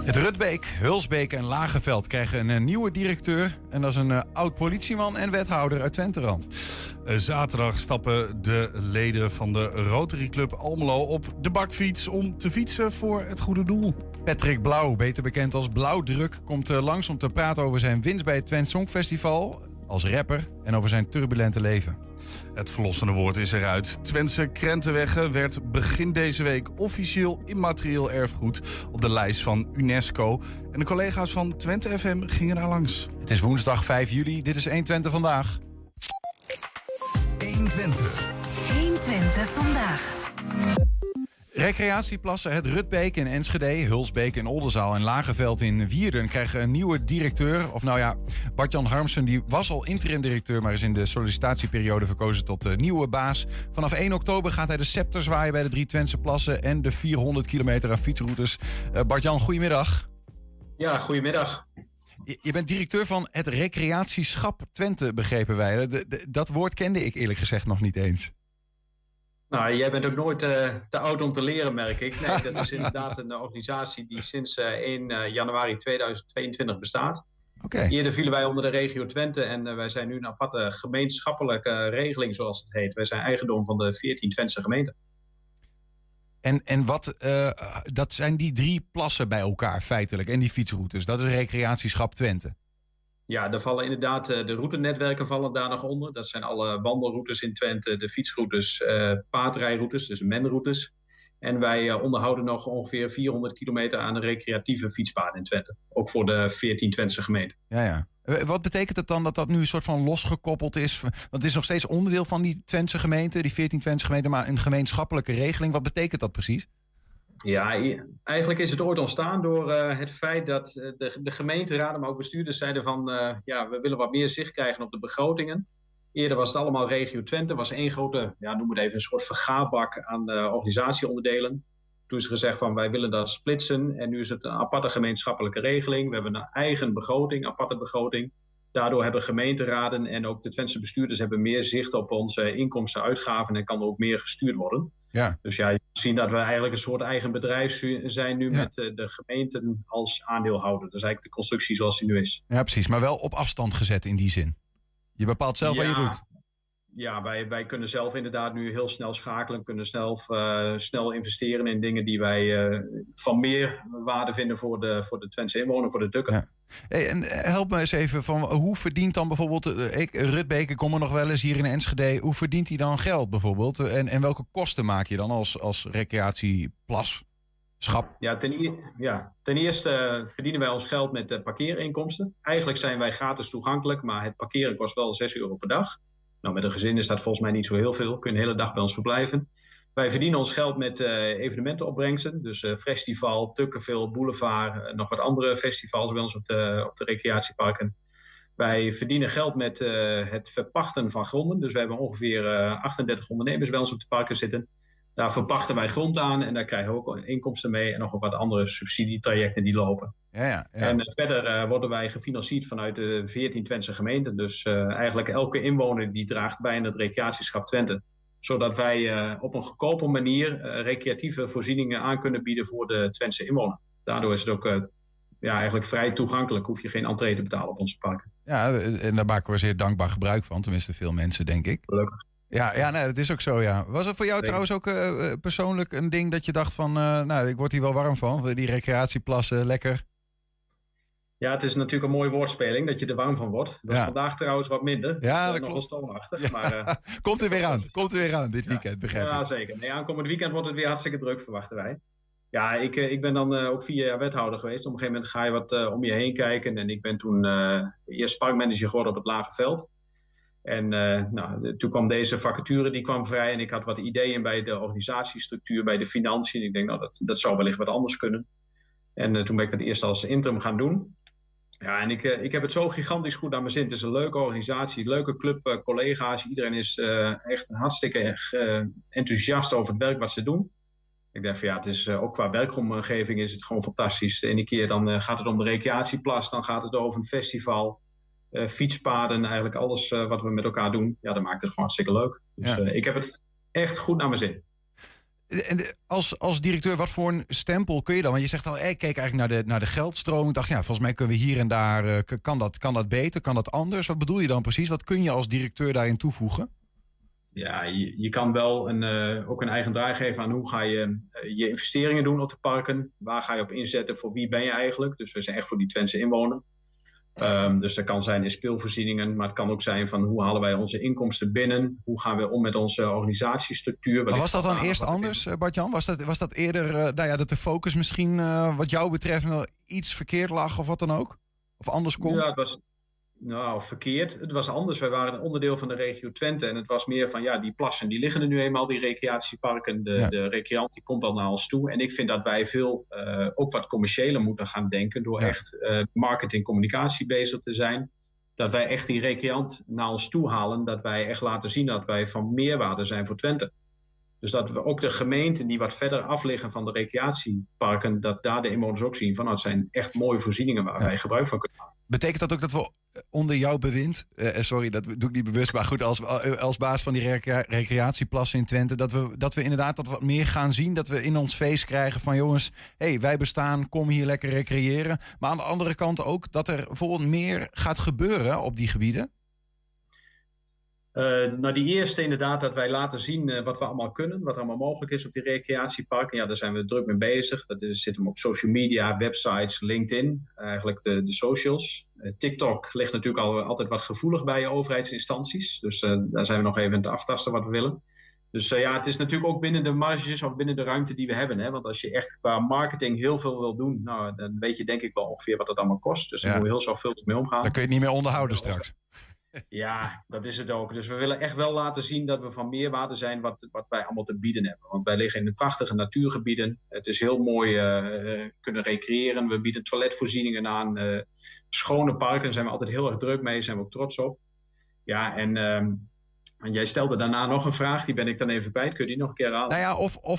Het Rutbeek, Hulsbeek en Lageveld krijgen een nieuwe directeur. En dat is een oud-politieman en wethouder uit Twenterand. Zaterdag stappen de leden van de Rotary Club Almelo op de bakfiets om te fietsen voor het goede doel. Patrick Blauw, beter bekend als Blauwdruk, komt langs om te praten over zijn winst bij het Twents Songfestival als rapper en over zijn turbulente leven. Het verlossende woord is eruit. Twentse Krentenweggen werd begin deze week officieel immaterieel erfgoed op de lijst van UNESCO. En de collega's van Twente FM gingen daar langs. Het is woensdag 5 juli, dit is 120 vandaag. 120. 120 vandaag. Recreatieplassen Het Rutbeek in Enschede, Hulsbeek in Oldenzaal en Lageveld in Wierden krijgen een nieuwe directeur. Of nou ja, Bart-Jan Harmsen die was al interim-directeur, maar is in de sollicitatieperiode verkozen tot nieuwe baas. Vanaf 1 oktober gaat hij de scepter zwaaien bij de 3 Twentse plassen en de 400 kilometer aan fietsroutes. Bart-Jan, goedemiddag. Ja, goedemiddag. Je bent directeur van het Recreatieschap Twente, begrepen wij. Dat woord kende ik eerlijk gezegd nog niet eens. Nou, jij bent ook nooit te oud om te leren, merk ik. Nee, dat is inderdaad een organisatie die sinds 1 januari 2022 bestaat. Okay. Eerder vielen wij onder de regio Twente en wij zijn nu een aparte gemeenschappelijke regeling, zoals het heet. Wij zijn eigendom van de 14 Twentse gemeenten. En wat, dat zijn die 3 plassen bij elkaar feitelijk en die fietsroutes. Dat is Recreatieschap Twente. Ja, daar vallen inderdaad de routenetwerken vallen daar nog onder. Dat zijn alle wandelroutes in Twente, de fietsroutes, paardrijroutes, dus menroutes. En wij onderhouden nog ongeveer 400 kilometer aan de recreatieve fietspaden in Twente. Ook voor de 14 Twentse gemeenten. Ja. Wat betekent het dan dat dat nu een soort van losgekoppeld is? Want het is nog steeds onderdeel van die Twentse gemeenten, die 14 Twentse gemeenten, maar een gemeenschappelijke regeling. Wat betekent dat precies? Ja, eigenlijk is het ooit ontstaan door het feit dat de gemeenteraden, maar ook bestuurders zeiden van we willen wat meer zicht krijgen op de begrotingen. Eerder was het allemaal regio Twente, was één grote, noem het even, een soort vergaarbak aan organisatieonderdelen. Toen is er gezegd van wij willen dat splitsen en nu is het een aparte gemeenschappelijke regeling. We hebben een eigen begroting, aparte begroting. Daardoor hebben gemeenteraden en ook de Twentse bestuurders hebben meer zicht op onze inkomsten en uitgaven en kan er ook meer gestuurd worden. Ja. Dus ja, je ziet dat we eigenlijk een soort eigen bedrijf zijn nu met de gemeenten als aandeelhouder. Dat is eigenlijk de constructie zoals die nu is. Ja, precies. Maar wel op afstand gezet in die zin. Je bepaalt zelf wat je doet. Ja, wij kunnen zelf inderdaad nu heel snel schakelen. Kunnen snel investeren in dingen die wij van meer waarde vinden voor de Twentse inwoner, voor de Tukker. Ja. Hey, en help me eens even van hoe verdient dan bijvoorbeeld Rutbeek, ik kom er nog wel eens hier in Enschede. Hoe verdient hij dan geld bijvoorbeeld? En welke kosten maak je dan als recreatieplas? Schap? Ja, ten eerste verdienen wij ons geld met parkeerinkomsten. Eigenlijk zijn wij gratis toegankelijk, maar het parkeren kost wel €6 per dag. Nou, met een gezin is dat volgens mij niet zo heel veel. Kun je een hele dag bij ons verblijven. Wij verdienen ons geld met evenementenopbrengsten. Dus festival, Tukkenville, Boulevard, nog wat andere festivals bij ons op de recreatieparken. Wij verdienen geld met het verpachten van gronden. Dus we hebben ongeveer 38 ondernemers bij ons op de parken zitten. Daar verpachten wij grond aan en daar krijgen we ook inkomsten mee. En nog wat andere subsidietrajecten die lopen. Ja. En verder worden wij gefinancierd vanuit de 14 Twentse gemeenten. Dus eigenlijk elke inwoner die draagt bij aan het recreatieschap Twente. Zodat wij op een goedkope manier recreatieve voorzieningen aan kunnen bieden voor de Twentse inwoner. Daardoor is het ook eigenlijk vrij toegankelijk. Hoef je geen entree te betalen op onze parken. Ja, en daar maken we zeer dankbaar gebruik van. Tenminste veel mensen, denk ik. Gelukkig. Ja, dat is ook zo, ja. Was het voor jou trouwens ook persoonlijk een ding dat je dacht van... ik word hier wel warm van, die recreatieplassen, lekker? Ja, het is natuurlijk een mooie woordspeling dat je er warm van wordt. Dat is vandaag trouwens wat minder. Ja, dat is nog wel stormachtig. Ja. Maar, Komt er weer aan dit weekend, begrijp ik. Ja, zeker. Nee, aankomend weekend wordt het weer hartstikke druk, verwachten wij. Ja, ik ben dan ook 4 jaar wethouder geweest. Op een gegeven moment ga je wat om je heen kijken. En ik ben toen eerst parkmanager geworden op het Lageveld. En toen kwam deze vacature, die kwam vrij. En ik had wat ideeën bij de organisatiestructuur, bij de financiën. Ik denk, dat zou wellicht wat anders kunnen. En toen ben ik dat eerst als interim gaan doen. Ja, en ik heb het zo gigantisch goed aan mijn zin. Het is een leuke organisatie, leuke club, collega's. Iedereen is echt hartstikke enthousiast over het werk wat ze doen. Ik dacht van het is ook qua werkomgeving is het gewoon fantastisch. De ene keer dan gaat het om de recreatieplas, dan gaat het over een festival. Fietspaden, eigenlijk alles wat we met elkaar doen. Ja, dat maakt het gewoon hartstikke leuk. Dus ik heb het echt goed naar mijn zin. En als directeur, wat voor een stempel kun je dan? Want je zegt al, ik keek eigenlijk naar de geldstroom. Ik dacht, volgens mij kunnen we hier en daar, kan dat beter, kan dat anders? Wat bedoel je dan precies? Wat kun je als directeur daarin toevoegen? Ja, je kan wel ook een eigen draai geven aan hoe ga je je investeringen doen op de parken. Waar ga je op inzetten? Voor wie ben je eigenlijk? Dus we zijn echt voor die Twentse inwoner. Dus dat kan zijn in speelvoorzieningen, maar het kan ook zijn van hoe halen wij onze inkomsten binnen? Hoe gaan we om met onze organisatiestructuur? Maar was dat dan eerst anders, Bart-Jan? Was dat eerder dat de focus misschien wat jou betreft wel iets verkeerd lag of wat dan ook? Of anders kon? Ja, het was verkeerd. Het was anders. Wij waren een onderdeel van de regio Twente en het was meer van die plassen die liggen er nu eenmaal, die recreatieparken. De recreant die komt wel naar ons toe. En ik vind dat wij veel ook wat commerciëler moeten gaan denken door echt marketing, communicatie bezig te zijn. Dat wij echt die recreant naar ons toe halen. Dat wij echt laten zien dat wij van meerwaarde zijn voor Twente. Dus dat we ook de gemeenten die wat verder af liggen van de recreatieparken, dat daar de inwoners ook zien van het zijn echt mooie voorzieningen waar wij gebruik van kunnen maken. Betekent dat ook dat we onder jouw bewind, sorry, dat doe ik niet bewust, maar goed, als baas van die recreatieplassen in Twente, dat we inderdaad dat wat meer gaan zien, dat we in ons feest krijgen van jongens, wij bestaan, kom hier lekker recreëren. Maar aan de andere kant ook dat er bijvoorbeeld meer gaat gebeuren op die gebieden? Die eerste inderdaad, dat wij laten zien wat we allemaal kunnen, wat er allemaal mogelijk is op die recreatieparken. Ja, daar zijn we druk mee bezig. Dat zit hem op social media, websites, LinkedIn, eigenlijk de socials. TikTok ligt natuurlijk altijd wat gevoelig bij overheidsinstanties. Dus daar zijn we nog even aan het aftasten wat we willen. Dus het is natuurlijk ook binnen de marges of binnen de ruimte die we hebben. Hè? Want als je echt qua marketing heel veel wil doen, dan weet je denk ik wel ongeveer wat het allemaal kost. Dus daar moeten we heel zorgvuldig mee omgaan. Dan kun je het niet meer onderhouden straks. Ja, dat is het ook. Dus we willen echt wel laten zien dat we van meerwaarde zijn wat wij allemaal te bieden hebben. Want wij liggen in de prachtige natuurgebieden. Het is heel mooi kunnen recreëren. We bieden toiletvoorzieningen aan. Schone parken, daar zijn we altijd heel erg druk mee. Daar zijn we ook trots op. Ja, en jij stelde daarna nog een vraag. Die ben ik dan even kwijt. Kun je die nog een keer halen? Nou ja,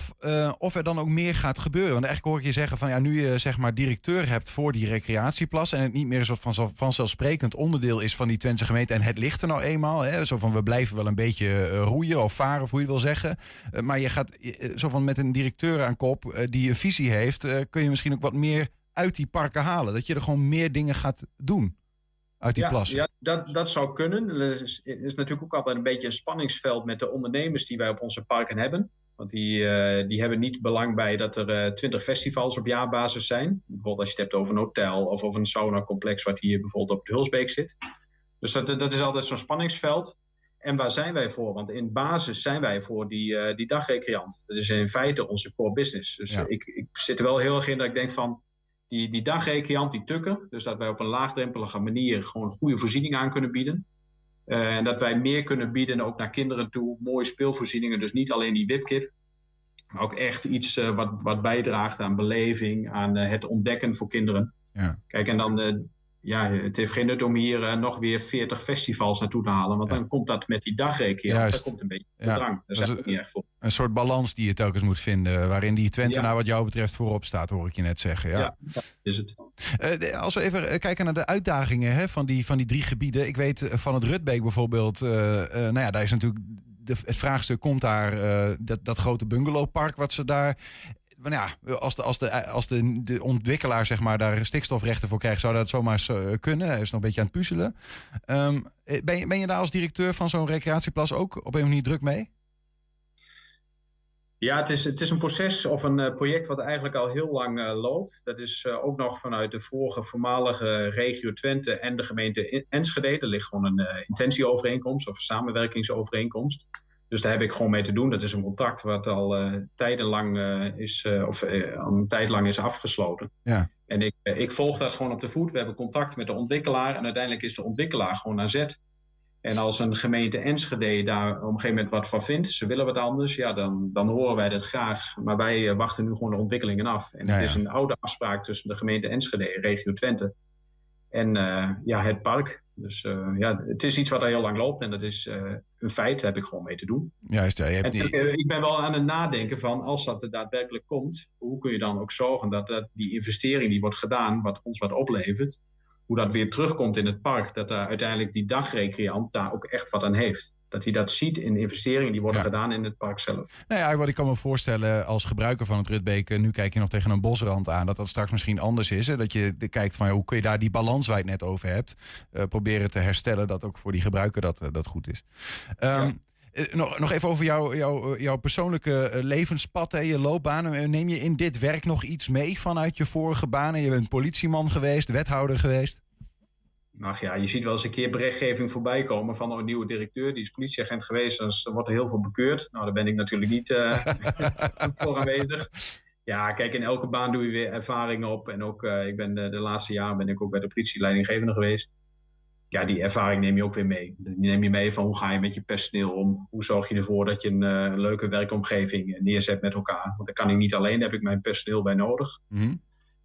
of er dan ook meer gaat gebeuren. Want eigenlijk hoor ik je zeggen van nu je zeg maar directeur hebt voor die recreatieplas en het niet meer een soort van vanzelfsprekend onderdeel is van die Twentse gemeente en het ligt er nou eenmaal. Hè, zo van we blijven wel een beetje roeien of varen of hoe je het wil zeggen. Maar je gaat zo van met een directeur aan kop die een visie heeft, kun je misschien ook wat meer uit die parken halen. Dat je er gewoon meer dingen gaat doen. Uit die plassen. Ja, dat zou kunnen. Er is natuurlijk ook altijd een beetje een spanningsveld met de ondernemers die wij op onze parken hebben. Want die hebben niet belang bij dat er 20 festivals op jaarbasis zijn. Bijvoorbeeld als je het hebt over een hotel of over een saunacomplex wat hier bijvoorbeeld op de Hulsbeek zit. Dus dat is altijd zo'n spanningsveld. En waar zijn wij voor? Want in basis zijn wij voor die dagrecreant. Dat is in feite onze core business. Dus ik zit er wel heel erg in dat ik denk van die dagrecreant, die tukker. Dus dat wij op een laagdrempelige manier gewoon goede voorzieningen aan kunnen bieden. En dat wij meer kunnen bieden ook naar kinderen toe. Mooie speelvoorzieningen. Dus niet alleen die wipkip. Maar ook echt iets wat bijdraagt aan beleving. Aan het ontdekken voor kinderen. Ja. Kijk, en dan het heeft geen nut om hier nog weer 40 festivals naartoe te halen. Want dan komt dat met die dagrecreant. Daar komt een beetje de drang. Daar zijn we niet echt voor. Een soort balans die je telkens moet vinden. Waarin die Twente wat jou betreft voorop staat, hoor ik je net zeggen. Ja, dat is het. Als we even kijken naar de uitdagingen van die 3 gebieden. Ik weet van het Rutbeek bijvoorbeeld. Daar is natuurlijk het vraagstuk komt daar. Dat grote bungalowpark wat ze daar. Maar als de ontwikkelaar zeg maar, daar stikstofrechten voor krijgt, zou dat zomaar kunnen. Hij is nog een beetje aan het puzzelen. Ben je daar als directeur van zo'n recreatieplas ook op een manier druk mee? Ja, het is een proces of een project wat eigenlijk al heel lang loopt. Dat is ook nog vanuit de vorige voormalige regio Twente en de gemeente Enschede. Er ligt gewoon een intentieovereenkomst of een samenwerkingsovereenkomst. Dus daar heb ik gewoon mee te doen. Dat is een contract wat al een tijd lang is afgesloten. Ja. En ik volg dat gewoon op de voet. We hebben contact met de ontwikkelaar. En uiteindelijk is de ontwikkelaar gewoon aan zet. En als een gemeente Enschede daar op een gegeven moment wat van vindt, ze willen wat anders, dan horen wij dat graag. Maar wij wachten nu gewoon de ontwikkelingen af. En het is een oude afspraak tussen de gemeente Enschede, regio Twente, en het park. Dus het is iets wat al heel lang loopt en dat is een feit, daar heb ik gewoon mee te doen. Juist, ik ben wel aan het nadenken van, als dat er daadwerkelijk komt, hoe kun je dan ook zorgen dat die investering die wordt gedaan, wat ons wat oplevert, hoe dat weer terugkomt in het park, dat daar uiteindelijk die dagrecreant daar ook echt wat aan heeft. Dat hij dat ziet in investeringen die worden gedaan in het park zelf. Nou ja, wat ik kan me voorstellen als gebruiker van het Rutbeek... nu kijk je nog tegen een bosrand aan, dat straks misschien anders is. Hè? Dat je kijkt van hoe kun je daar die balans waar je het net over hebt... proberen te herstellen, dat ook voor die gebruiker dat goed is. Nog even over jouw persoonlijke levenspad, hè, je loopbaan. Neem je in dit werk nog iets mee vanuit je vorige banen? Je bent politieman geweest, wethouder geweest. Ach ja, je ziet wel eens een keer berichtgeving voorbij komen van een nieuwe directeur. Die is politieagent geweest, dus er wordt er heel veel bekeurd. Nou, daar ben ik natuurlijk niet voor aanwezig. Ja, kijk, in elke baan doe je weer ervaring op. En ook, ik ben de laatste jaren ben ik ook bij de politie leidinggevende geweest. Ja, die ervaring neem je ook weer mee. Die neem je mee van hoe ga je met je personeel om? Hoe zorg je ervoor dat je een leuke werkomgeving neerzet met elkaar? Want dat kan ik niet alleen, daar heb ik mijn personeel bij nodig. Mm-hmm.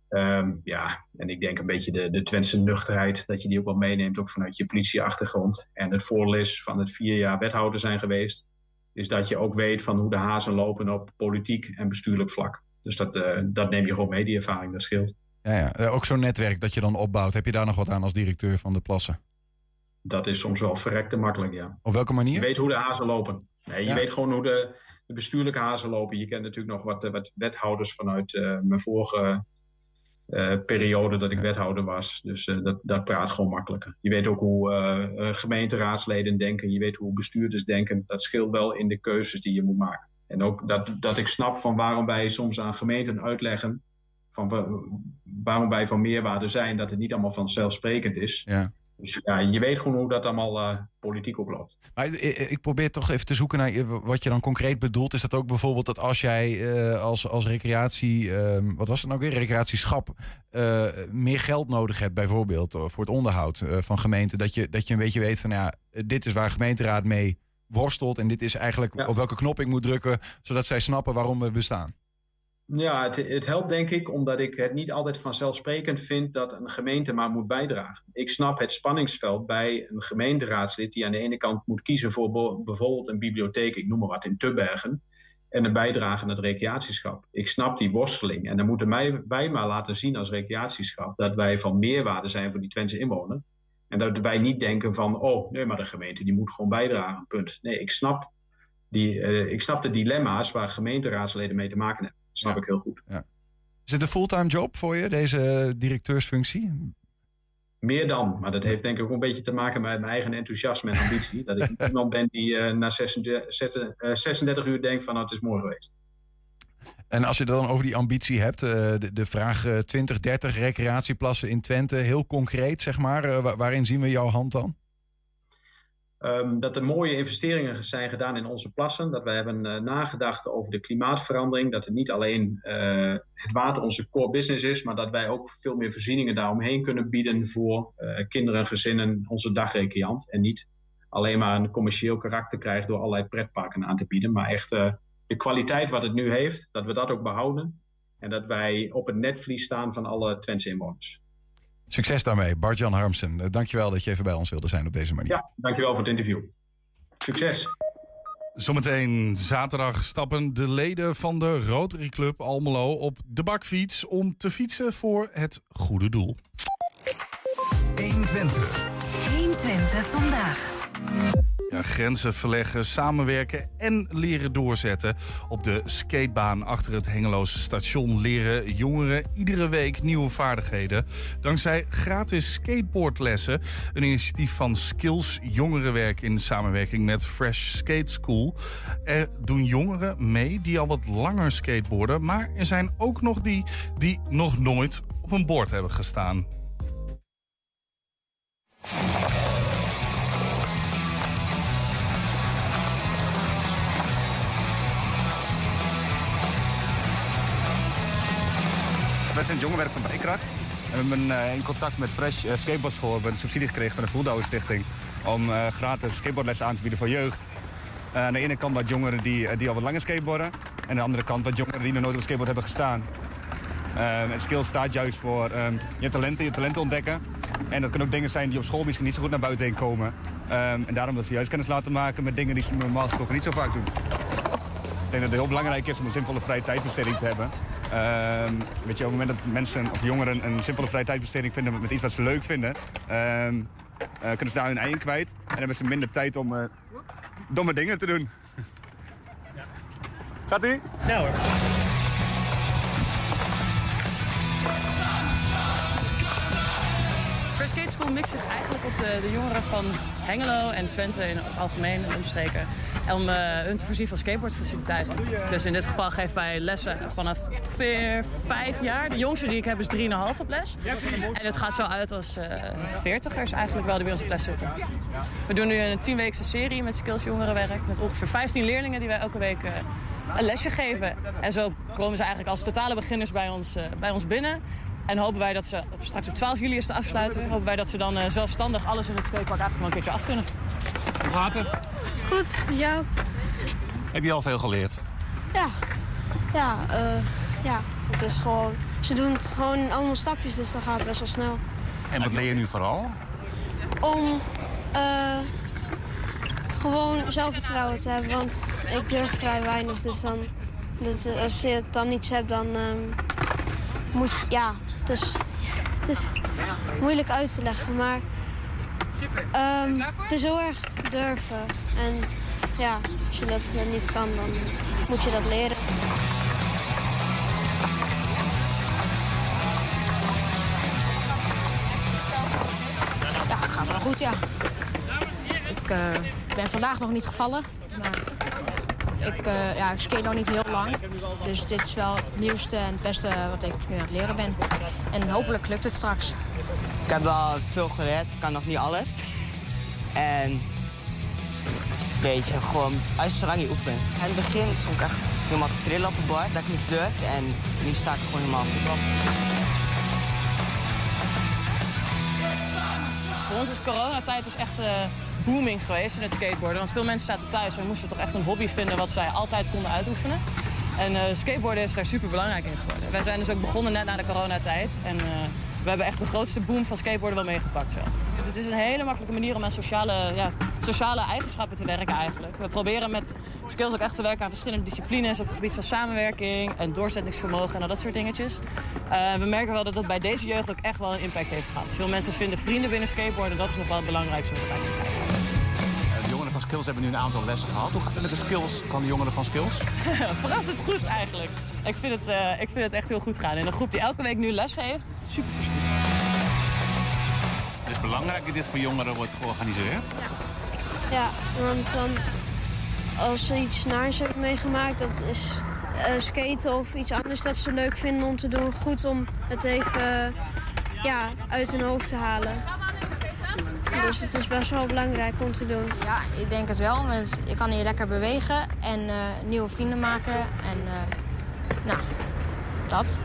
En ik denk een beetje de Twentse nuchterheid, dat je die ook wel meeneemt, ook vanuit je politieachtergrond. En het voordeel is van het 4 jaar wethouder zijn geweest, is dat je ook weet van hoe de hazen lopen op politiek en bestuurlijk vlak. Dus dat neem je gewoon mee, die ervaring, dat scheelt. Ja. Ook zo'n netwerk dat je dan opbouwt, heb je daar nog wat aan als directeur van de Plassen? Dat is soms wel verrekte makkelijk, ja. Op welke manier? Je weet hoe de hazen lopen. Nee, je weet gewoon hoe de bestuurlijke hazen lopen. Je kent natuurlijk nog wat wethouders vanuit mijn vorige periode dat ik wethouder was. Dus dat praat gewoon makkelijker. Je weet ook hoe gemeenteraadsleden denken. Je weet hoe bestuurders denken. Dat scheelt wel in de keuzes die je moet maken. En ook dat ik snap van waarom wij soms aan gemeenten uitleggen van waarom wij van meerwaarde zijn, dat het niet allemaal vanzelfsprekend is. Ja. Dus ja, je weet gewoon hoe dat allemaal politiek oploopt. Maar ik probeer toch even te zoeken naar wat je dan concreet bedoelt. Is dat ook bijvoorbeeld dat als jij als recreatie, wat was het nou weer, recreatieschap, meer geld nodig hebt bijvoorbeeld voor het onderhoud van gemeenten, dat je een beetje weet van dit is waar gemeenteraad mee worstelt en dit is eigenlijk op welke knop ik moet drukken, zodat zij snappen waarom we bestaan. Ja, het helpt denk ik omdat ik het niet altijd vanzelfsprekend vind dat een gemeente maar moet bijdragen. Ik snap het spanningsveld bij een gemeenteraadslid die aan de ene kant moet kiezen voor bijvoorbeeld een bibliotheek, ik noem maar wat, in Tubbergen, en een bijdrage aan het recreatieschap. Ik snap die worsteling en dan moeten wij maar laten zien als recreatieschap dat wij van meerwaarde zijn voor die Twentse inwoner. En dat wij niet denken van, maar de gemeente die moet gewoon bijdragen, punt. Nee, ik snap de dilemma's waar gemeenteraadsleden mee te maken hebben. Dat snap ik heel goed. Ja. Is het een fulltime job voor je, deze directeursfunctie? Meer dan, maar dat heeft denk ik ook een beetje te maken met mijn eigen enthousiasme en ambitie. Dat ik iemand ben die na 36 uur denkt van het is mooi geweest. En als je het dan over die ambitie hebt, de vraag 2030 recreatieplassen in Twente, heel concreet zeg maar, waarin zien we jouw hand dan? Dat er mooie investeringen zijn gedaan in onze plassen. Dat wij hebben nagedacht over de klimaatverandering. Dat het niet alleen het water onze core business is, maar dat wij ook veel meer voorzieningen daaromheen kunnen bieden voor kinderen en gezinnen, onze dagrecreant. En niet alleen maar een commercieel karakter krijgt door allerlei pretparken aan te bieden. Maar echt de kwaliteit wat het nu heeft, dat we dat ook behouden. En dat wij op het netvlies staan van alle Twentse inwoners. Succes daarmee, Bart-Jan Harmsen. Dankjewel dat je even bij ons wilde zijn op deze manier. Ja, dankjewel voor het interview. Succes. Zometeen zaterdag stappen de leden van de Rotary Club Almelo op de bakfiets om te fietsen voor het goede doel. 120. 120 vandaag. Ja, grenzen verleggen, samenwerken en leren doorzetten. Op de skatebaan achter het Hengeloze station leren jongeren iedere week nieuwe vaardigheden. Dankzij gratis skateboardlessen. Een initiatief van Skills Jongerenwerk in samenwerking met Fresh Skate School. Er doen jongeren mee die al wat langer skateboarden. Maar er zijn ook nog die nog nooit op een board hebben gestaan. Wij zijn het jongerenwerk van Bijkracht. We hebben in contact met Fresh Skateboard School. We hebben een subsidie gekregen van de Voeldouwer Stichting om gratis skateboardlessen aan te bieden voor jeugd. Aan de ene kant wat jongeren die al wat langer skateboarden. En aan de andere kant wat jongeren die nog nooit op een skateboard hebben gestaan. En Skills staat juist voor je talenten ontdekken. En dat kunnen ook dingen zijn die op school misschien niet zo goed naar buiten heen komen. En daarom dat ze juist kennis laten maken met dingen die ze normaal gesproken niet zo vaak doen. Ik denk dat het heel belangrijk is om een zinvolle vrije tijdbesteding te hebben. Weet je, op het moment dat mensen of jongeren een simpele vrije tijdbesteding vinden met iets wat ze leuk vinden, kunnen ze daar hun ei in kwijt. En hebben ze minder tijd om domme dingen te doen. Ja. Gaat-ie? Ja hoor. First Skate School mixt zich eigenlijk op de jongeren van Hengelo en Twente in het algemeen en omstreken. Om hun te voorzien van skateboardfaciliteiten. Dus in dit geval geven wij lessen vanaf ongeveer 5 jaar. De jongste die ik heb is 3,5 op les. En het gaat zo uit als 40ers eigenlijk wel die bij ons op les zitten. We doen nu een 10-weekse serie met Skills Jongerenwerk. Met ongeveer 15 leerlingen die wij elke week een lesje geven. En zo komen ze eigenlijk als totale beginners bij ons binnen. En hopen wij dat ze, straks op 12 juli is de afsluiten, hopen wij dat ze dan zelfstandig alles in het skatepark eigenlijk wel een keertje af kunnen. Wapen. Goed, met jou? Heb je al veel geleerd? Ja, het is gewoon, ze doen het gewoon allemaal stapjes, dus dat gaat best wel snel. En wat leer je nu vooral? Om gewoon zelfvertrouwen te hebben, want ik durf vrij weinig. Dus dan, als je het dan niets hebt, dan moet je, ja, het is moeilijk uit te leggen, maar het is heel erg durven. En ja, als je dat niet kan, dan moet je dat leren. Ja, het gaat wel goed, ja. Ik ben vandaag nog niet gevallen, maar ik skate nog niet heel lang. Dus dit is wel het nieuwste en het beste wat ik nu aan het leren ben. En hopelijk lukt het straks. Ik heb wel veel geleerd, ik kan nog niet alles. En weet je, gewoon als zolang je oefent. In het begin stond ik echt helemaal te trillen op het bord, dat ik niks durfde. En nu sta ik er gewoon helemaal goed op. Voor ons is coronatijd echt booming geweest in het skateboarden. Want veel mensen zaten thuis en moesten toch echt een hobby vinden wat zij altijd konden uitoefenen. En skateboarden is daar super belangrijk in geworden. Wij zijn dus ook begonnen net na de coronatijd. En we hebben echt de grootste boom van skateboarden wel meegepakt zo. Het is een hele makkelijke manier om aan sociale eigenschappen te werken eigenlijk. We proberen met Skills ook echt te werken aan verschillende disciplines op het gebied van samenwerking en doorzettingsvermogen en al dat soort dingetjes. We merken wel dat dat bij deze jeugd ook echt wel een impact heeft gehad. Veel mensen vinden vrienden binnen skateboarden, dat is nog wel het belangrijkste wat erbij te krijgen. De jongeren van Skills hebben nu een aantal lessen gehad. Hoe vinden de skills van de jongeren van Skills? Verrassend goed eigenlijk. Ik vind het echt heel goed gaan. En een groep die elke week nu les heeft, super verspoed. Het is belangrijk dat dit voor jongeren wordt georganiseerd. Ja, want dan, als ze iets naars hebben meegemaakt, dat is skaten of iets anders dat ze leuk vinden om te doen. Goed om het even uit hun hoofd te halen. Dus het is best wel belangrijk om te doen. Ja, ik denk het wel, want je kan hier lekker bewegen en nieuwe vrienden maken. En dat.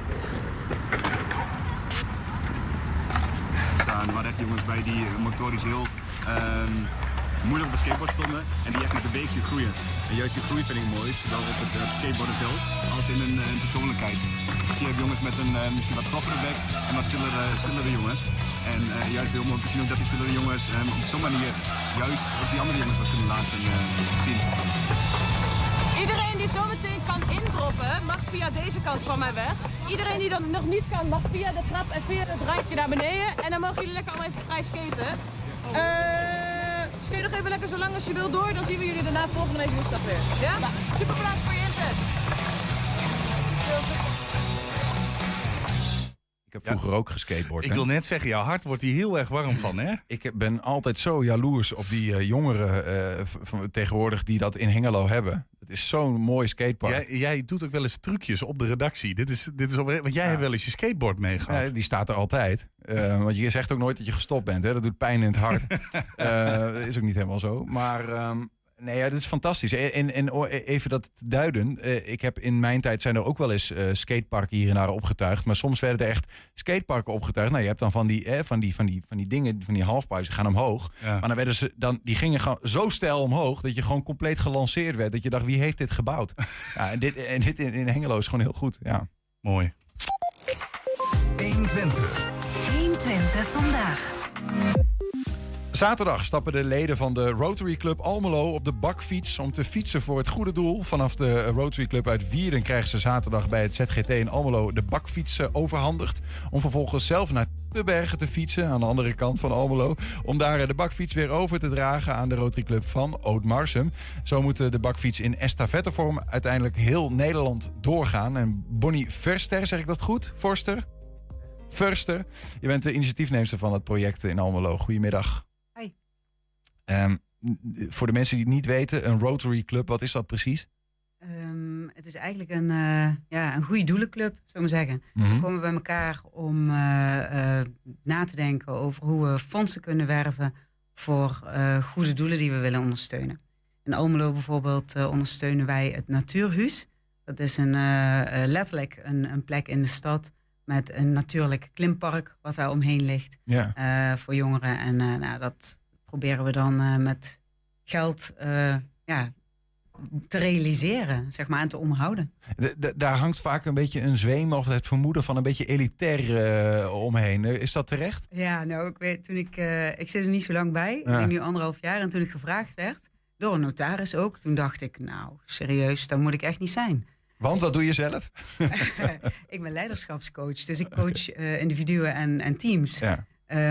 Er waren echt jongens bij die motorisch heel moeilijk op de skateboard stonden en die echt met de week zien groeien. En juist die groei vind ik mooi, zowel op het skateboarden zelf als in een persoonlijkheid. Ik zie jongens met een misschien wat groffere bek en wat stillere jongens. En juist heel mooi om te zien ook dat die stillere jongens op zo'n manier juist ook die andere jongens wat kunnen laten zien. Iedereen die zometeen kan indroppen, mag via deze kant van mij weg. Iedereen die dat nog niet kan, mag via de trap en via het randje naar beneden. En dan mogen jullie lekker allemaal even vrij skaten. Skate nog even lekker zo lang als je wil door, dan zien we jullie daarna volgende week woensdag weer. Ja? Super bedankt voor je inzet. Ik heb vroeger ook geskateboard. Ik wil net zeggen, jouw hart wordt hier heel erg warm van, hè? Ik ben altijd zo jaloers op die jongeren van tegenwoordig die dat in Hengelo hebben. Het is zo'n mooi skatepark. Jij doet ook wel eens trucjes op de redactie. Dit is want jij hebt wel eens je skateboard meegehad. Ja, die staat er altijd. Want je zegt ook nooit dat je gestopt bent. Hè? Dat doet pijn in het hart. Dat is ook niet helemaal zo. Maar nee, dat is fantastisch. En even dat te duiden. Ik heb in mijn tijd zijn er ook wel eens skateparken hier en daar opgetuigd. Maar soms werden er echt skateparken opgetuigd. Nou, je hebt dan van die dingen, van die halfpipes, die gaan omhoog. Ja. Maar dan werden die gingen gewoon zo steil omhoog dat je gewoon compleet gelanceerd werd. Dat je dacht, wie heeft dit gebouwd? Ja, en dit in Hengelo is gewoon heel goed. Ja. Mooi. 120 vandaag. Zaterdag stappen de leden van de Rotary Club Almelo op de bakfiets om te fietsen voor het goede doel. Vanaf de Rotary Club uit Wierden krijgen ze zaterdag bij het ZGT in Almelo de bakfiets overhandigd. Om vervolgens zelf naar Tubbergen te fietsen, aan de andere kant van Almelo. Om daar de bakfiets weer over te dragen aan de Rotary Club van Oud-Marsum. Zo moet de bakfiets in estafettevorm uiteindelijk heel Nederland doorgaan. En Bonnie Verster, zeg ik dat goed? Verster, je bent de initiatiefneemster van het project in Almelo. Goedemiddag. Hi. Voor de mensen die het niet weten, een Rotary Club, wat is dat precies? Het is eigenlijk een goede doelenclub, zou ik maar zeggen. Mm-hmm. We komen bij elkaar om na te denken over hoe we fondsen kunnen werven voor goede doelen die we willen ondersteunen. In Almelo bijvoorbeeld ondersteunen wij het Natuurhuis. Dat is letterlijk een plek in de stad met een natuurlijk klimpark wat daar omheen ligt voor jongeren. En dat proberen we dan met geld te realiseren, zeg maar, en te onderhouden. Daar hangt vaak een beetje een zweem of het vermoeden van een beetje elitair omheen. Is dat terecht? Ja, nou, ik weet, toen ik zit er niet zo lang bij. Ja. Ik ben nu 1,5 jaar. En toen ik gevraagd werd, door een notaris ook, toen dacht ik, nou, serieus, dat moet ik echt niet zijn. Want wat doe je zelf? Ik ben leiderschapscoach, dus ik coach individuen en teams. Ja.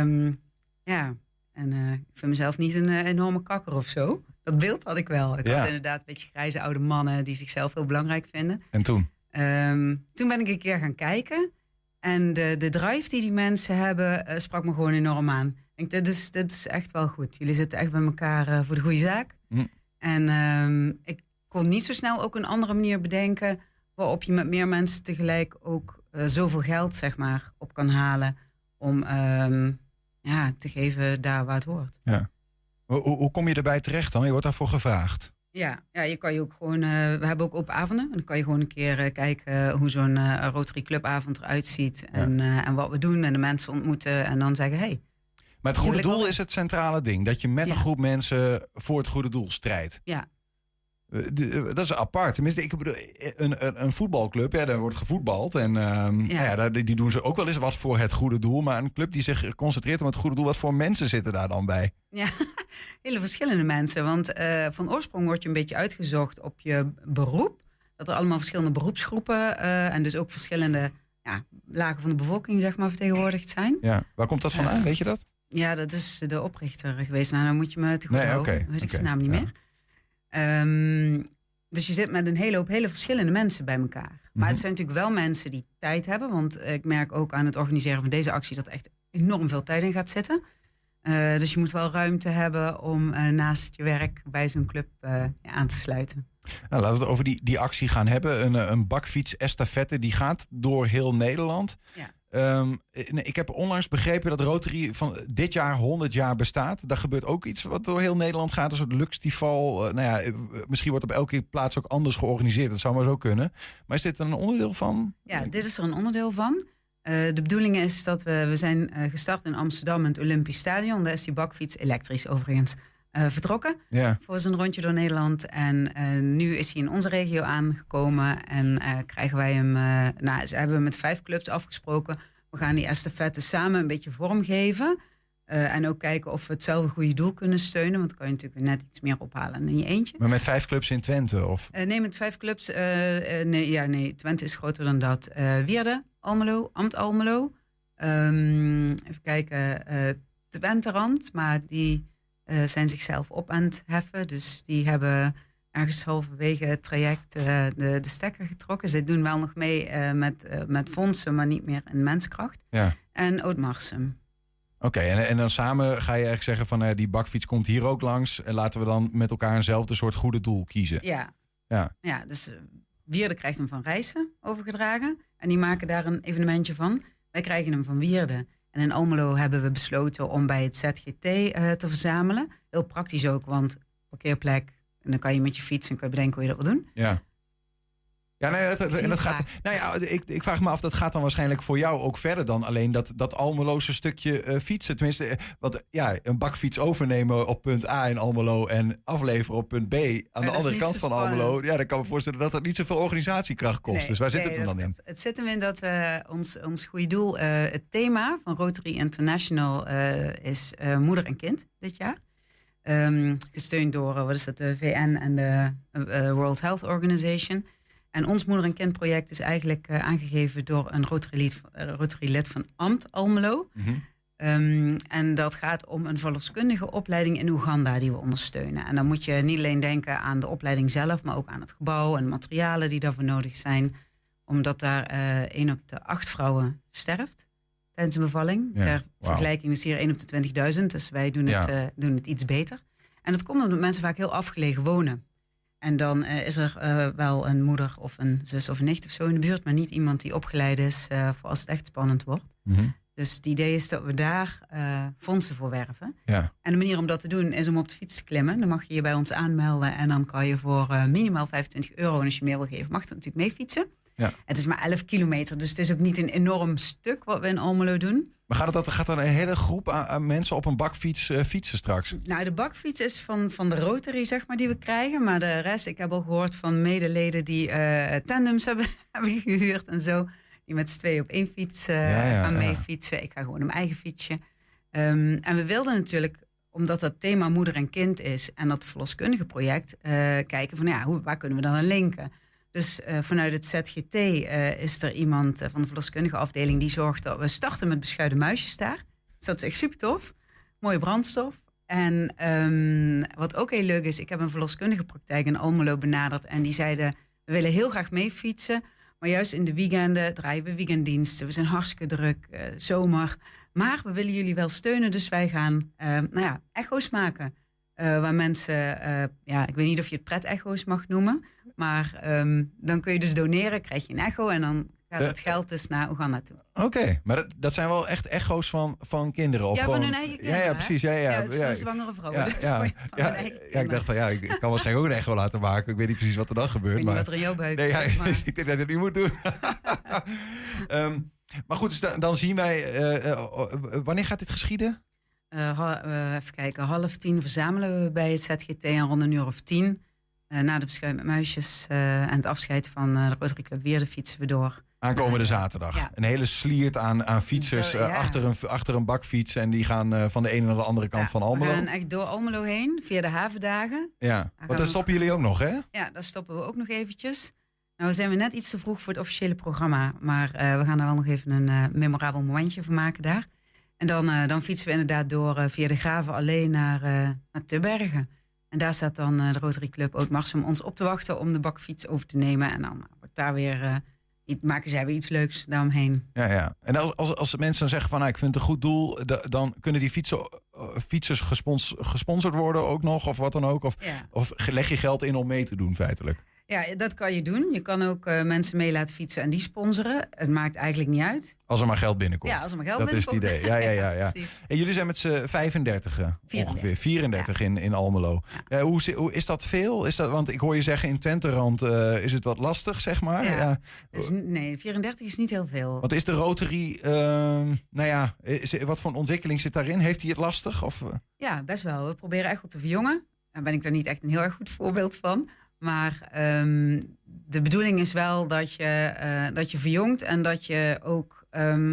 Ik vind mezelf niet een enorme kakker of zo. Dat beeld had ik wel. Ik had inderdaad een beetje grijze oude mannen die zichzelf heel belangrijk vinden. En toen? Toen ben ik een keer gaan kijken. En de drive die mensen hebben, sprak me gewoon enorm aan. Ik denk, dit is echt wel goed. Jullie zitten echt bij elkaar voor de goede zaak. En ik kon niet zo snel ook een andere manier bedenken waarop je met meer mensen tegelijk ook zoveel geld, zeg maar, op kan halen om te geven daar waar het hoort. Ja. Hoe kom je erbij terecht dan? Je wordt daarvoor gevraagd. Ja, je kan je ook gewoon. We hebben ook open avonden. En dan kan je gewoon een keer kijken hoe zo'n Rotary Clubavond eruit ziet. En wat we doen en de mensen ontmoeten. En dan zeggen, hey. Maar het goede doel is het centrale ding. Dat je met een groep mensen voor het goede doel strijdt. Ja. Dat is apart. Tenminste, ik bedoel, een voetbalclub, daar wordt gevoetbald. En die doen ze ook wel eens wat voor het goede doel. Maar een club die zich concentreert op het goede doel, wat voor mensen zitten daar dan bij? Ja, hele verschillende mensen. Want van oorsprong word je een beetje uitgezocht op je beroep. Dat er allemaal verschillende beroepsgroepen en dus ook verschillende lagen van de bevolking, zeg maar, vertegenwoordigd zijn. Ja. Waar komt dat vandaan? Weet je dat? Ja, dat is de oprichter geweest. Nou, dan moet je me te goed houden. Weet ik zijn naam niet meer. Dus je zit met een hele hoop hele verschillende mensen bij elkaar. Maar het zijn natuurlijk wel mensen die tijd hebben. Want ik merk ook aan het organiseren van deze actie dat er echt enorm veel tijd in gaat zitten. Dus je moet wel ruimte hebben om naast je werk bij zo'n club aan te sluiten. Nou, laten we het over die actie gaan hebben. Een bakfiets-estafette die gaat door heel Nederland. Ja. Ik heb onlangs begrepen dat Rotary van dit jaar 100 jaar bestaat. Daar gebeurt ook iets wat door heel Nederland gaat. Een soort Luxtival. Misschien wordt op elke plaats ook anders georganiseerd. Dat zou maar zo kunnen. Maar is dit een onderdeel van? Ja, dit is er een onderdeel van. De bedoeling is dat we zijn gestart in Amsterdam in het Olympisch Stadion. Daar is die bakfiets elektrisch overigens vertrokken voor zijn rondje door Nederland. En nu is hij in onze regio aangekomen en krijgen wij hem. Hebben we met 5 clubs afgesproken. We gaan die estafette samen een beetje vormgeven. En ook kijken of we hetzelfde goede doel kunnen steunen. Want dan kan je natuurlijk net iets meer ophalen in je eentje. Maar met 5 clubs in Twente? Of? Nee, met 5 clubs. Nee, Twente is groter dan dat. Wierden, Almelo, Ambt Almelo. Even kijken, Twenterand. Maar die zijn zichzelf op aan het heffen. Dus die hebben ergens halverwege het traject de stekker getrokken. Ze doen wel nog mee met fondsen, maar niet meer in menskracht. Ja. En Oud-Marsum. Oké, en dan samen ga je eigenlijk zeggen van die bakfiets komt hier ook langs. En laten we dan met elkaar eenzelfde soort goede doel kiezen. Ja, dus Wierden krijgt hem van Rijssen overgedragen. En die maken daar een evenementje van. Wij krijgen hem van Wierden. En in Almelo hebben we besloten om bij het ZGT te verzamelen. Heel praktisch ook, want parkeerplek. En dan kan je met je fiets en kan je bedenken hoe je dat wil doen. Ja. Ja, nee, dat gaat. Nou ja, ik vraag me af, dat gaat dan waarschijnlijk voor jou ook verder dan alleen dat Almeloze stukje fietsen. Tenminste, een bakfiets overnemen op punt A in Almelo en afleveren op punt B aan de andere kant van Almelo. Ja, dan kan me voorstellen dat dat niet zoveel organisatiekracht kost. Dus waar zit het hem dan in? Het zit hem in dat we ons goede doel, het thema van Rotary International is moeder en kind dit jaar. Gesteund door de VN en de World Health Organization. En ons moeder- en kindproject is eigenlijk aangegeven door een Rotary-lid van Ambt Almelo. Mm-hmm. En dat gaat om een verloskundige opleiding in Oeganda die we ondersteunen. En dan moet je niet alleen denken aan de opleiding zelf, maar ook aan het gebouw en materialen die daarvoor nodig zijn. Omdat daar 1 op de 8 vrouwen sterft tijdens een bevalling. Ja, Ter vergelijking is hier 1 op de 20.000, dus wij doen het iets beter. En dat komt omdat mensen vaak heel afgelegen wonen. En dan is er wel een moeder of een zus of een nicht of zo in de buurt, maar niet iemand die opgeleid is voor als het echt spannend wordt. Mm-hmm. Dus het idee is dat we daar fondsen voor werven. Ja. En de manier om dat te doen is om op de fiets te klimmen. Dan mag je je bij ons aanmelden en dan kan je voor minimaal €25, en als je meer wil geven, mag dat natuurlijk mee fietsen. Ja. Het is maar 11 kilometer, dus het is ook niet een enorm stuk wat we in Almelo doen. Maar gaat er een hele groep aan mensen op een bakfiets fietsen straks? Nou, de bakfiets is van de Rotary, zeg maar, die we krijgen. Maar de rest, ik heb al gehoord van medeleden die tandems hebben gehuurd en zo. Die met z'n tweeën op 1 fiets gaan meefietsen. Ik ga gewoon op mijn eigen fietsje. En we wilden natuurlijk, omdat dat thema moeder en kind is en dat verloskundige project, kijken van waar kunnen we dan aan linken? Dus vanuit het ZGT is er iemand van de verloskundige afdeling die zorgt dat we starten met beschuiten muisjes daar. Dus dat is echt super tof. Mooie brandstof. En wat ook heel leuk is, ik heb een verloskundige praktijk in Almelo benaderd en die zeiden, we willen heel graag mee fietsen, maar juist in de weekenden draaien we weekenddiensten. We zijn hartstikke druk, zomer. Maar we willen jullie wel steunen, dus wij gaan echo's maken. Waar mensen, ik weet niet of je het pret-echo's mag noemen, maar dan kun je dus doneren, krijg je een echo en dan gaat het geld dus naar Oeganda toe. Oké, maar dat zijn wel echt echo's van kinderen? Of van hun eigen kinderen. Ja, precies. Ja, het is voor zwangere vrouwen. Ik dacht van ik kan waarschijnlijk ook een echo laten maken. Ik weet niet precies wat er dan gebeurt. Ik weet niet wat er in jouw buik zit. Maar ik denk dat je het niet moet doen. Maar goed, dus dan zien wij, wanneer gaat dit geschieden? Even kijken, 9:30 verzamelen we bij het ZGT en rond 10:00. Na de beschuit met muisjes en het afscheid van de Rotary Club Weerde fietsen we door. Aankomende zaterdag. Ja. Een hele sliert aan fietsers achter een bakfiets. En die gaan van de ene naar de andere kant van Almelo. We gaan echt door Almelo heen, via de havendagen. Ja, want daar stoppen jullie ook nog, hè? Ja, daar stoppen we ook nog eventjes. Nou zijn we net iets te vroeg voor het officiële programma. Maar we gaan daar wel nog even een memorabel momentje van maken daar. En dan fietsen we inderdaad door via de Graven alleen naar Tubbergen. En daar staat dan de Rotary Club Oud-Mars om ons op te wachten om de bakfiets over te nemen. En dan wordt daar weer, maken zij weer iets leuks daaromheen. Ja. En als mensen zeggen van ik vind het een goed doel, dan kunnen die fietsers gesponsord worden ook nog of wat dan ook? Of leg je geld in om mee te doen feitelijk? Ja, dat kan je doen. Je kan ook mensen mee laten fietsen en die sponsoren. Het maakt eigenlijk niet uit. Als er maar geld binnenkomt. Ja, als er maar geld dat binnenkomt. Dat is het idee. Ja. En jullie zijn met z'n 35 ongeveer. 34 in Almelo. Ja. Hoe is dat veel? Want ik hoor je zeggen in Twenterand is het wat lastig, zeg maar. Ja. Nee, 34 is niet heel veel. Want is de Rotary, wat voor een ontwikkeling zit daarin? Heeft hij het lastig? Of? Ja, best wel. We proberen echt wat te verjongen. Daar ben ik daar niet echt een heel erg goed voorbeeld van. Maar de bedoeling is wel dat je verjongt en dat je ook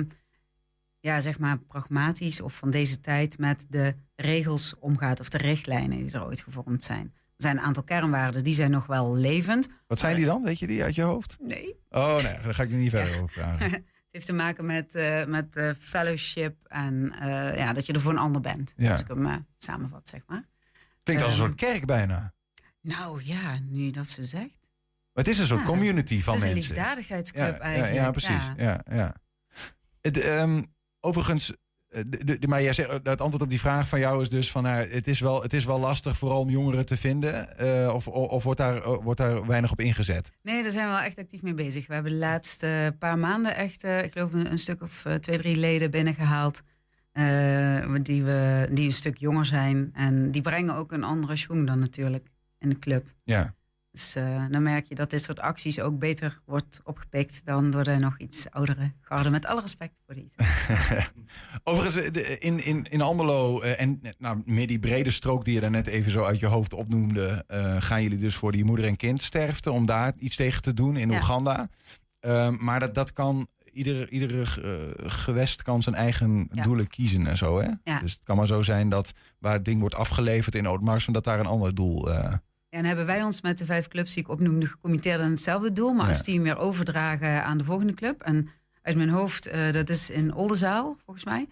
pragmatisch of van deze tijd met de regels omgaat of de richtlijnen die er ooit gevormd zijn. Er zijn een aantal kernwaarden, die zijn nog wel levend. Wat zijn die dan? Weet je die uit je hoofd? Nee. Oh nee, daar ga ik er niet verder over vragen. Het heeft te maken met fellowship en dat je er voor een ander bent. Ja. Als ik hem samenvat, zeg maar. Klinkt als een soort kerk bijna. Nou ja, nu je dat zo zegt. Maar het is een soort community van mensen. Het is een liefdadigheidsclub eigenlijk. Ja, precies. Ja. Overigens, maar jij zegt, het antwoord op die vraag van jou is dus van het is wel lastig vooral om jongeren te vinden. Of wordt daar weinig op ingezet? Nee, daar zijn we wel echt actief mee bezig. We hebben de laatste paar maanden echt, ik geloof een stuk of 2-3 leden binnengehaald. Die een stuk jonger zijn. En die brengen ook een andere schwung dan natuurlijk in de club. Ja. Dus dan merk je dat dit soort acties ook beter wordt opgepikt dan door de nog iets oudere garde. Met alle respect voor die. Overigens, in Almelo en meer die brede strook die je daarnet even zo uit je hoofd opnoemde, gaan jullie dus voor die moeder- en kindsterfte om daar iets tegen te doen in Oeganda. Maar dat kan, iedere gewest kan zijn eigen doelen kiezen en zo. Hè? Ja. Dus het kan maar zo zijn dat waar het ding wordt afgeleverd in Oud-Marsum, dat daar een ander doel... En hebben wij ons met de 5 clubs die ik opnoemde gecommitteerd aan hetzelfde doel. Maar als die hem weer overdragen aan de volgende club. En uit mijn hoofd, dat is in Oldenzaal, volgens mij.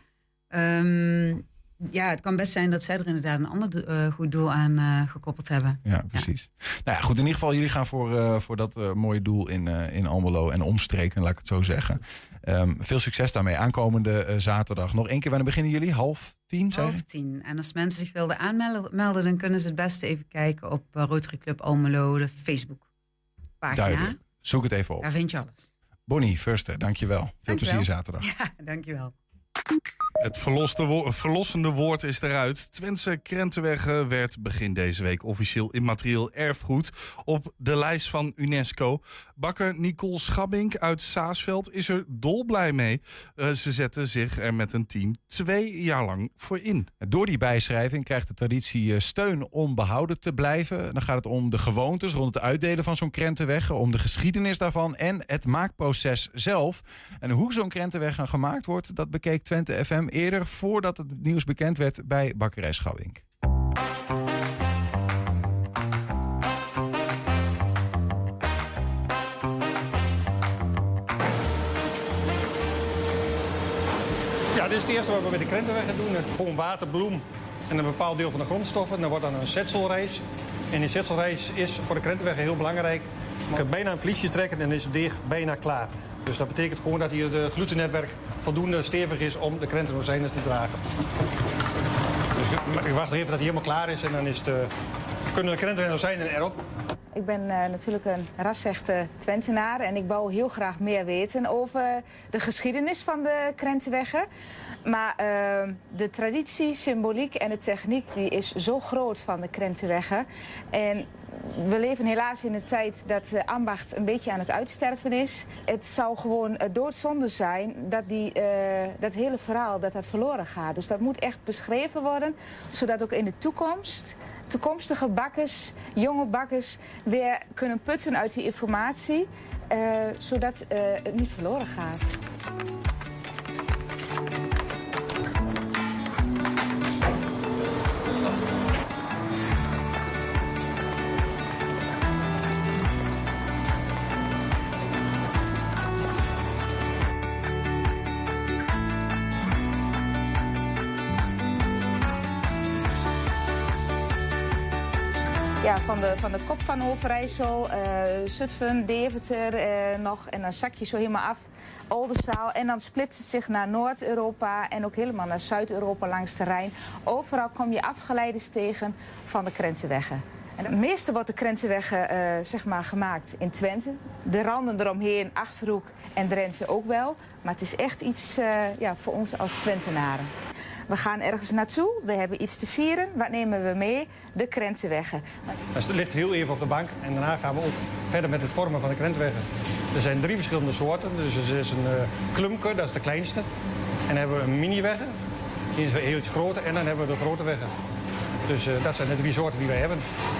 Het kan best zijn dat zij er inderdaad een ander goed doel aan gekoppeld hebben. Ja, precies. Ja. Nou ja, goed, in ieder geval, jullie gaan voor dat mooie doel in Almelo en omstreken, laat ik het zo zeggen. Veel succes daarmee. Aankomende zaterdag. Nog 1 keer, wanneer beginnen jullie? 9:30? 9:30. En als mensen zich wilden aanmelden, dan kunnen ze het beste even kijken op Rotary Club Almelo, de Facebook-pagina. Duidelijk. Zoek het even op. Daar vind je alles. Bonnie Förster, dankjewel. Veel plezier zaterdag. Ja, dankjewel. Het verlossende woord is eruit. Twentse Krentenwegge werd begin deze week officieel immaterieel erfgoed op de lijst van UNESCO. Bakker Nicole Schabbink uit Saasveld is er dolblij mee. Ze zetten zich er met een team 2 jaar lang voor in. Door die bijschrijving krijgt de traditie steun om behouden te blijven. Dan gaat het om de gewoontes rond het uitdelen van zo'n krentenweg, om de geschiedenis daarvan en het maakproces zelf. En hoe zo'n krentenweg dan gemaakt wordt, dat bekeek Twente FM eerder voordat het nieuws bekend werd bij Bakkerij Schabbink. Ja, dit is het eerste wat we met de krentenweg gaan doen. Gewoon water, bloem en een bepaald deel van de grondstoffen. Dan wordt dan een zetselreis. En die zetselreis is voor de krentenweg heel belangrijk. Je kunt bijna een vliesje trekken en dan is het deeg bijna klaar. Dus dat betekent gewoon dat hier het glutennetwerk voldoende stevig is om de krentenrozijnen te dragen. Dus ik wacht even dat hij helemaal klaar is en dan kunnen de krentenrozijnen erop. Ik ben natuurlijk een rasechte Twentenaar en ik wou heel graag meer weten over de geschiedenis van de krentenweggen. Maar de traditie, symboliek en de techniek die is zo groot van de krentenweggen. En we leven helaas in een tijd dat de ambacht een beetje aan het uitsterven is. Het zou gewoon doodzonde zijn dat dat hele verhaal dat verloren gaat. Dus dat moet echt beschreven worden, zodat ook in de toekomst toekomstige bakkers, jonge bakkers, weer kunnen putten uit die informatie, zodat het niet verloren gaat. Ja, van de kop van Overijssel, Zutphen, Deventer nog en dan zak je zo helemaal af. Oldenzaal en dan splitst het zich naar Noord-Europa en ook helemaal naar Zuid-Europa langs de Rijn. Overal kom je afgeleiders tegen van de krentenweggen. En het meeste wordt de krentenweggen zeg maar gemaakt in Twente. De randen eromheen, Achterhoek en Drenthe ook wel. Maar het is echt iets voor ons als Twentenaren. We gaan ergens naartoe, we hebben iets te vieren. Wat nemen we mee? De krentenweggen. Het ligt heel even op de bank en daarna gaan we ook verder met het vormen van de krentenweggen. Er zijn 3 verschillende soorten. Dus er is een klumke, dat is de kleinste. En dan hebben we een mini-weggen, die is heel iets groter. En dan hebben we de grote weggen. Dus dat zijn de 3 soorten die wij hebben.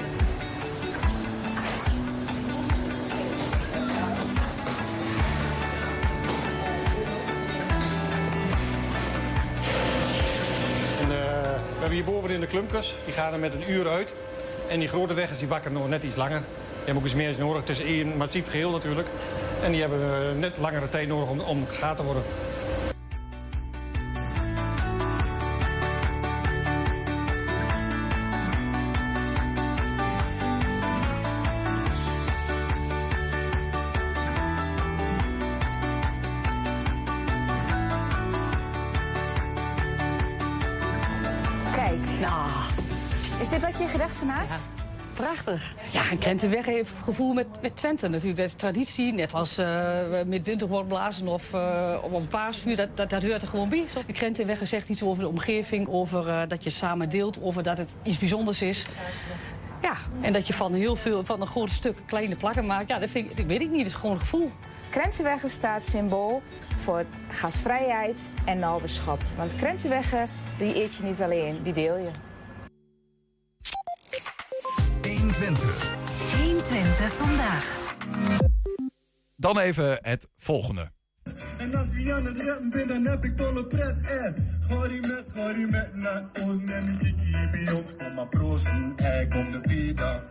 We hebben hierboven in de klumpjes, die gaan er met een uur uit. En die grote weggen die bakken nog net iets langer. Die hebben ook iets meer nodig. Het is één massief geheel natuurlijk. En die hebben net langere tijd nodig om gaar te worden. Is dit wat je gedachten had? Ja, prachtig. Ja, een krentenweg heeft gevoel met Twente natuurlijk. Dat is traditie, net als met winterwortblazen of op een paasvuur. Dat hoort er gewoon bij. De krentenweg zegt iets over de omgeving, over dat je samen deelt, over dat het iets bijzonders is. Ja, en dat je van heel veel, van een groot stuk kleine plakken maakt. Ja, dat weet ik niet. Dat is gewoon een gevoel. Krentenweggen staat symbool voor gastvrijheid en naaberschap. Want krentenweggen, die eet je niet alleen, die deel je. 120. 120 vandaag. Dan even het volgende. En als we aan het rappen ben, dan heb ik dolle pret. Gooi met naar ons, neem ik hier ons. Kom maar proosten, kom de pita.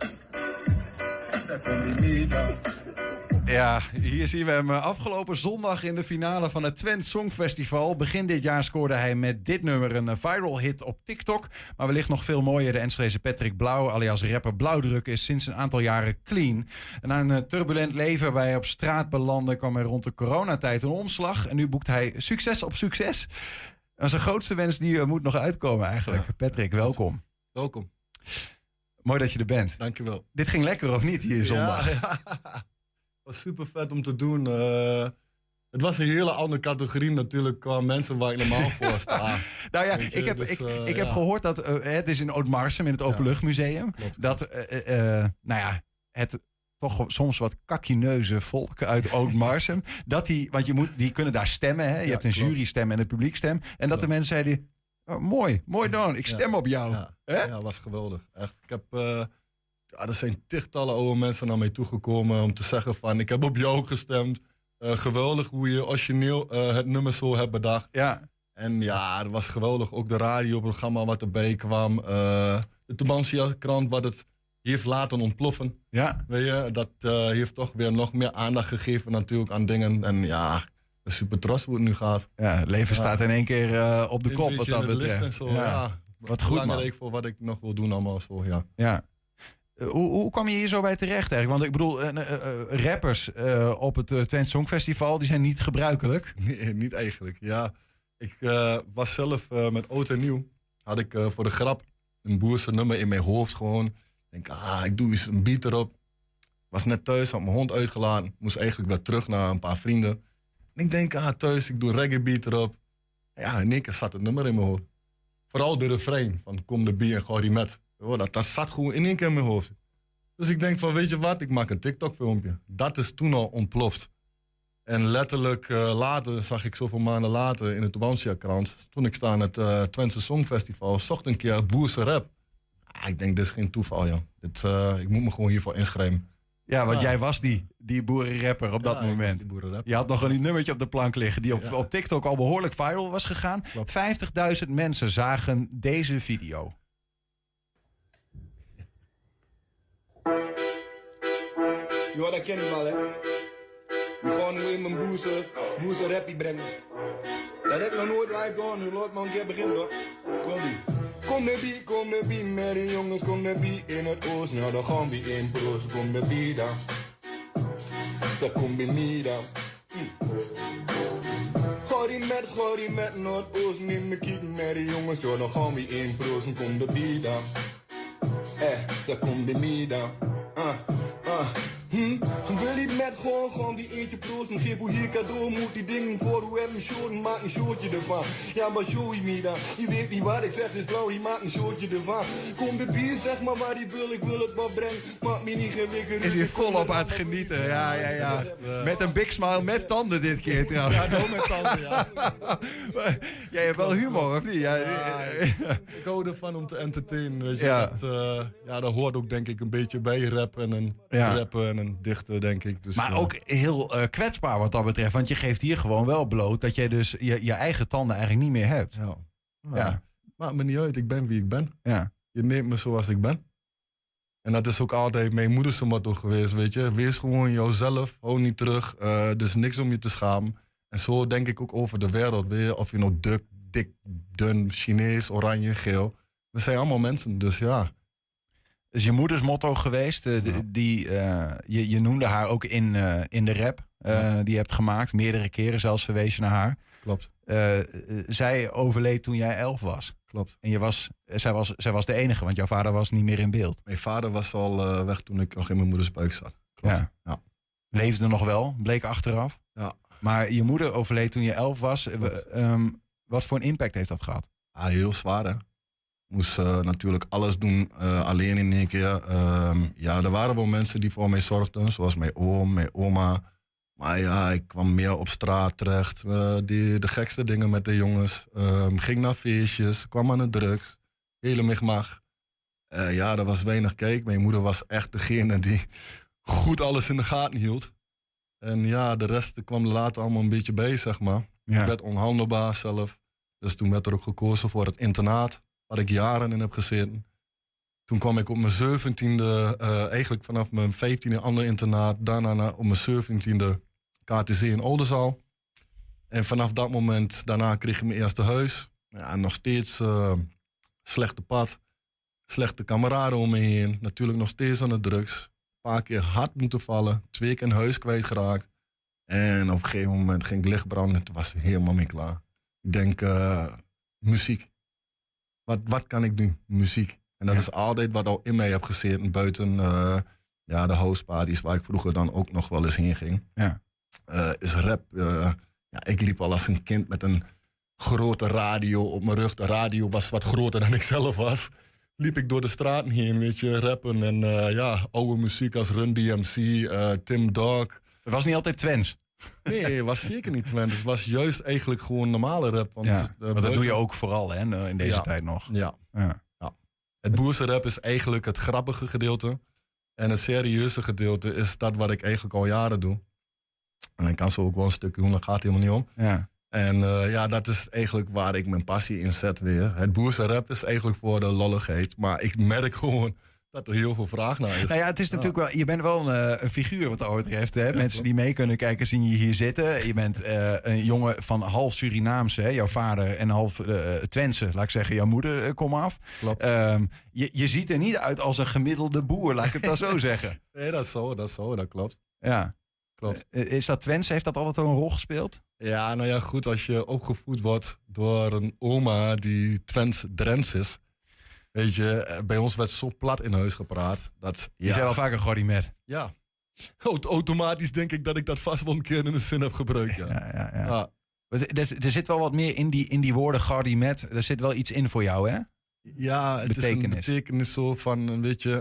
Kom de pita. Ja, hier zien we hem afgelopen zondag in de finale van het Twents Songfestival. Begin dit jaar scoorde hij met dit nummer een viral hit op TikTok. Maar wellicht nog veel mooier, de Enschedese Patrick Blauw, alias rapper Blauwdruk, is sinds een aantal jaren clean. En na een turbulent leven waarbij hij op straat belandde, kwam er rond de coronatijd een omslag. En nu boekt hij succes op succes. En zijn grootste wens die moet nog uitkomen eigenlijk. Ja. Patrick, welkom. Welkom. Mooi dat je er bent. Dankjewel. Dit ging lekker of niet hier zondag? Ja. Het was super vet om te doen. Het was een hele andere categorie natuurlijk qua mensen waar ik normaal voor sta. Nou ja, ik heb gehoord dat het is in Oud-Marsum in het Openluchtmuseum. Klopt. Dat het toch soms wat kakkineuze volk uit Oud-Marsum. Want die kunnen daar stemmen. Hè? Je hebt een jurystem en een publiekstem. En dat de mensen zeiden, oh, mooi dan, ik stem op jou. Ja, dat was geweldig. Echt. Ik heb... er zijn tientallen oude mensen naar mij toegekomen om te zeggen van, ik heb op jou gestemd. Geweldig hoe je origineel het nummer zo hebt bedacht. Ja. En ja, het was geweldig. Ook de radioprogramma wat erbij kwam. De Tubantia krant wat het heeft laten ontploffen. Ja. Weet je, dat heeft toch weer nog meer aandacht gegeven natuurlijk aan dingen. En ja, ik ben super trots hoe het nu gaat. Ja, het leven staat in één keer op de kop wat dat betreft. Zo, ja. Wat goed, man. Belangrijk voor wat ik nog wil doen allemaal zo, ja. Ja. Hoe kwam je hier zo bij terecht eigenlijk? Want ik bedoel, rappers op het Twents Songfestival, die zijn niet gebruikelijk. Nee, niet eigenlijk, ja. Ik was zelf met Oud en Nieuw, had ik voor de grap een boerse nummer in mijn hoofd gewoon. Ik denk, ik doe eens een beat erop. Was net thuis, had mijn hond uitgelaten. Moest eigenlijk weer terug naar een paar vrienden. En ik denk, thuis, ik doe een reggae beat erop. Ja, in één keer zat het nummer in mijn hoofd. Vooral de refrein van Kom de Bier en Gooi met. Dat zat gewoon in één keer in mijn hoofd. Dus ik denk van, weet je wat, ik maak een TikTok-filmpje. Dat is toen al ontploft. En letterlijk later, zag ik zoveel maanden later in de Tubantia-krant, toen ik sta in het Twentse Songfestival, zocht een keer boerse rap. Ik denk, dit is geen toeval, joh. Ik moet me gewoon hiervoor inschrijven. Ja, want jij was die boerenrapper op dat moment. Je had nog een nummertje op de plank liggen die op TikTok al behoorlijk viral was gegaan. 50.000 mensen zagen deze video. Ja, dat ken ik wel, hè. Je gaat nu in mijn boeze rappie brengen. Dat heb ik nog nooit live gedaan, nu laat maar een keer beginnen, hoor. Kom de bie, met de jongens, kom de bie in het oosten. Ja, dan gaan we in proost, kom de bie dan. Dat komt bij mij dan. Gooi met Noordoosten in de kiek met de jongens. Ja, dan gaan we in proost, kom de bie dan. Dat komt bij mij dan. Wil je met gewoon die eentje proosten? Geef hoe hier cadeau, moet die dingen voor hoe hebben shorten, maak een shortje ervan. Ja, maar show je me dan. Je weet niet wat ik zeg, is blauw, die maakt een shortje ervan. Kom de bier, zeg maar waar die wil, ik wil het maar brengen. Maak me niet geen wikker. Is hier volop aan het genieten, ja. Met een big smile, met tanden dit keer trouwens. Ja, nou met tanden, ja. Jij hebt wel humor, of niet? Ja, ik hou ervan om te entertainen. Weet je, dat hoort ook denk ik een beetje bij rappen en rappen en dichten, denk ik. Dus, maar ook heel kwetsbaar wat dat betreft. Want je geeft hier gewoon wel bloot dat jij dus je eigen tanden eigenlijk niet meer hebt. Ja. Maakt me niet uit, ik ben wie ik ben. Ja. Je neemt me zoals ik ben. En dat is ook altijd mijn moeders motto geweest, weet je. Wees gewoon jouzelf, hou niet terug. Er is niks om je te schamen. En zo denk ik ook over de wereld. Weet je? Of je nou dik, dun, Chinees, oranje, geel. We zijn allemaal mensen, dus ja. Dat is je moeders motto geweest. Je noemde haar ook in de rap die je hebt gemaakt. Meerdere keren zelfs verwees je naar haar. Klopt. Zij overleed toen jij 11 was. Klopt. En zij was de enige, want jouw vader was niet meer in beeld. Mijn vader was al weg toen ik nog in mijn moeders buik zat. Klopt. Ja. Leefde nog wel, bleek achteraf. Ja. Maar je moeder overleed toen je 11 was. Wat voor een impact heeft dat gehad? Heel zwaar, hè. Moest natuurlijk alles doen, alleen in één keer. Er waren wel mensen die voor mij zorgden, zoals mijn oom, mijn oma. Maar ja, ik kwam meer op straat terecht. De gekste dingen met de jongens. Ging naar feestjes, kwam aan de drugs. Hele migmag. Er was weinig kijk. Mijn moeder was echt degene die goed alles in de gaten hield. En ja, de rest kwam er later allemaal een beetje bij, zeg maar. Ja. Ik werd onhandelbaar zelf. Dus toen werd er ook gekozen voor het internaat, waar ik jaren in heb gezeten. Toen kwam ik op mijn 17e, eigenlijk vanaf mijn 15e ander internaat. Daarna op mijn 17e KTC in Oldenzaal. En vanaf dat moment, daarna kreeg ik mijn eerste huis. Ja, nog steeds slechte pad. Slechte kameraden om me heen. Natuurlijk nog steeds aan de drugs. Een paar keer hard moeten vallen. 2 keer een huis kwijtgeraakt. En op een gegeven moment ging ik lichtbranden. Toen was het helemaal mee klaar. Ik denk, muziek. Wat kan ik doen? Muziek. En dat is altijd wat al in mij heb gezeten. Buiten de houseparties waar ik vroeger dan ook nog wel eens heen ging. Ja. Is rap. Ik liep al als een kind met een grote radio op mijn rug. De radio was wat groter dan ik zelf was. Liep ik door de straten heen, weet je, rappen. En oude muziek als Run DMC, Tim Dog. Het was niet altijd Twents. Nee, het was zeker niet Twents. Het was juist eigenlijk gewoon normale rap. Want, maar dat doe je ook vooral hè, in deze tijd nog. Ja. Het boerse rap is eigenlijk het grappige gedeelte. En het serieuze gedeelte is dat wat ik eigenlijk al jaren doe. En ik kan zo ook wel een stukje doen, daar gaat het helemaal niet om. Ja. En dat is eigenlijk waar ik mijn passie in zet weer. Het boerse rap is eigenlijk voor de lolligheid. Maar ik merk gewoon dat er heel veel vraag naar is. Nou ja, het is natuurlijk wel, je bent wel een figuur wat dat betreft. Hè? Mensen die mee kunnen kijken zien je hier zitten. Je bent een jongen van half Surinaamse, hè? Jouw vader, en half Twentse, laat ik zeggen, jouw moeder, kom af. Klopt. Je ziet er niet uit als een gemiddelde boer, laat ik het dan zo zeggen. Nee, dat klopt. Ja. Klopt. Is dat Twents? Heeft dat altijd al een rol gespeeld? Ja, nou ja, goed, als je opgevoed wordt door een oma die Drents is. Weet je, bij ons werd zo plat in huis gepraat. Je zei wel vaak een gordimet. Ja. Automatisch denk ik dat ik dat vast wel een keer in de zin heb gebruikt. Ja. Er zit wel wat meer in die woorden gordimet. Er zit wel iets in voor jou, hè? Ja, het is een betekenis zo van, weet je...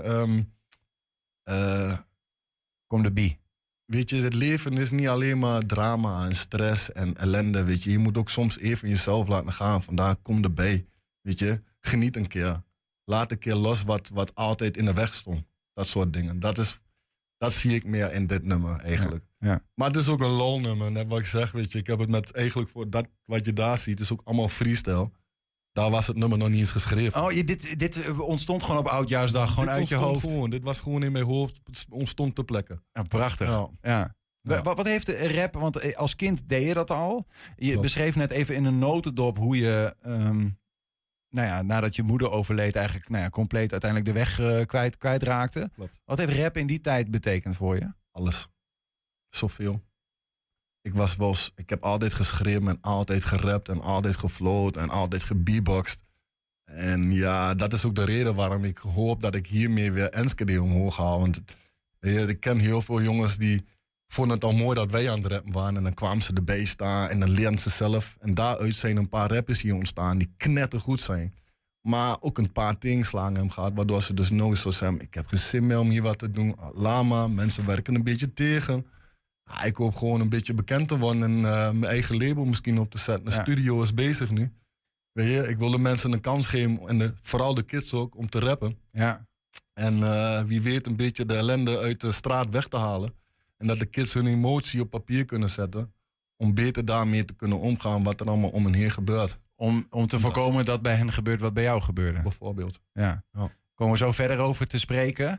Kom de bie. Weet je, het leven is niet alleen maar drama en stress en ellende, weet je. Je moet ook soms even jezelf laten gaan. Vandaar kom erbij, weet je. Geniet een keer. Laat een keer los wat altijd in de weg stond. Dat soort dingen. Dat zie ik meer in dit nummer eigenlijk. Ja. Maar het is ook een lol-nummer, net wat ik zeg, weet je. Ik heb het met eigenlijk voor dat wat je daar ziet, is ook allemaal freestyle. Daar was het nummer nog niet eens geschreven. Oh, dit ontstond gewoon op Oudjaarsdag, gewoon uit je hoofd? Dit was gewoon in mijn hoofd, ontstond ter plekke. Ja, prachtig. Ja. Wat heeft de rap, want als kind deed je dat al. Je beschreef net even in een notendop hoe je, nadat je moeder overleed, eigenlijk compleet uiteindelijk de weg kwijtraakte. Klopt. Wat heeft rap in die tijd betekend voor je? Alles. Zoveel. Ik heb altijd geschreven en altijd gerapt en altijd geflowt en altijd gebeatboxed. En ja, dat is ook de reden waarom ik hoop dat ik hiermee weer Enschede omhoog haal. Want ik ken heel veel jongens die vonden het al mooi dat wij aan het rappen waren. En dan kwamen ze erbij staan en dan leerden ze zelf. En daaruit zijn een paar rappers hier ontstaan die knettergoed zijn. Maar ook een paar tegenslagen hebben gehad, waardoor ze dus nooit zo zijn. Ik heb geen zin meer om hier wat te doen. Lama, mensen werken een beetje tegen. Ik hoop gewoon een beetje bekend te worden en mijn eigen label misschien op te zetten. De studio is bezig nu. Weet je, ik wil de mensen een kans geven, en vooral de kids ook, om te rappen. Ja. En wie weet een beetje de ellende uit de straat weg te halen. En dat de kids hun emotie op papier kunnen zetten. Om beter daarmee te kunnen omgaan wat er allemaal om hen heen gebeurt. Om te voorkomen dat bij hen gebeurt wat bij jou gebeurde. Bijvoorbeeld. Ja. Komen we zo verder over te spreken.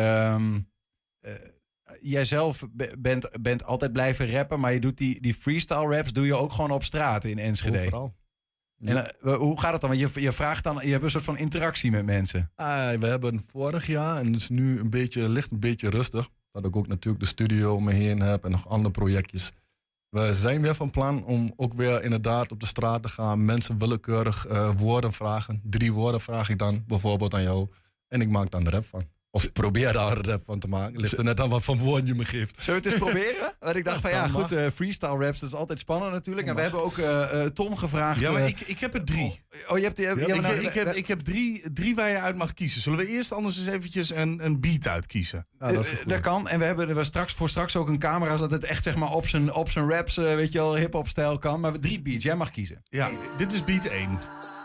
Jijzelf bent altijd blijven rappen, maar je doet die freestyle raps doe je ook gewoon op straat in Enschede. Overal. En hoe gaat het dan? Want je vraagt dan, je hebt een soort van interactie met mensen. We hebben vorig jaar, en het is nu een beetje rustig, dat ik ook natuurlijk de studio om me heen heb en nog andere projectjes. We zijn weer van plan om ook weer inderdaad op de straat te gaan. Mensen willekeurig woorden vragen. 3 woorden vraag ik dan bijvoorbeeld aan jou. En ik maak daar een rap van. Of probeer daar een rap van te maken. Ligt er net aan wat van woorden je me geeft. Zullen we het eens proberen? Want ik dacht freestyle raps, dat is altijd spannend natuurlijk. En we hebben ook Tom gevraagd. Ja, maar ik heb er 3. Je hebt ik heb drie waar je uit mag kiezen. Zullen we eerst anders eens eventjes een beat uitkiezen? Dat kan. En we hebben voor straks ook een camera, zodat het echt zeg maar op zijn raps, weet je wel, hip-hop stijl kan. Maar 3 beats, jij mag kiezen. Ja, dit is beat 1.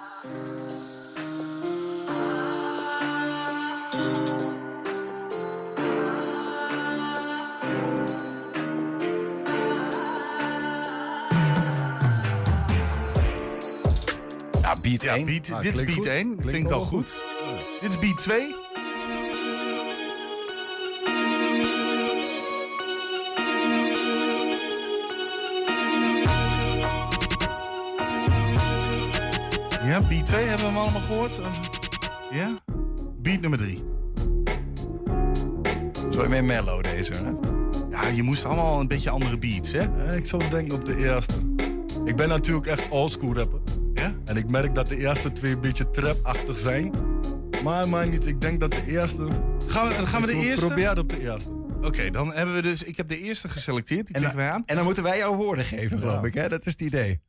Ja, beat 1. Dit is beat 1. Klinkt al goed. Dit is beat 2. Ja, beat 2 hebben we hem allemaal gehoord. Ja? Beat nummer 3. Zo meer mellow deze, hè? Ja, je moest allemaal een beetje andere beats, hè? Ik zou denken op de eerste. Ik ben natuurlijk echt oldschool rapper. Ja? En ik merk dat de eerste 2 een beetje trap-achtig zijn. Maar niet, ik denk dat de eerste... Gaan we de eerste? Probeer op de eerste. Oké, dan hebben we dus... Ik heb de eerste geselecteerd, die klikken wij aan. En dan moeten wij jouw woorden geven, geloof ik, hè? Dat is het idee.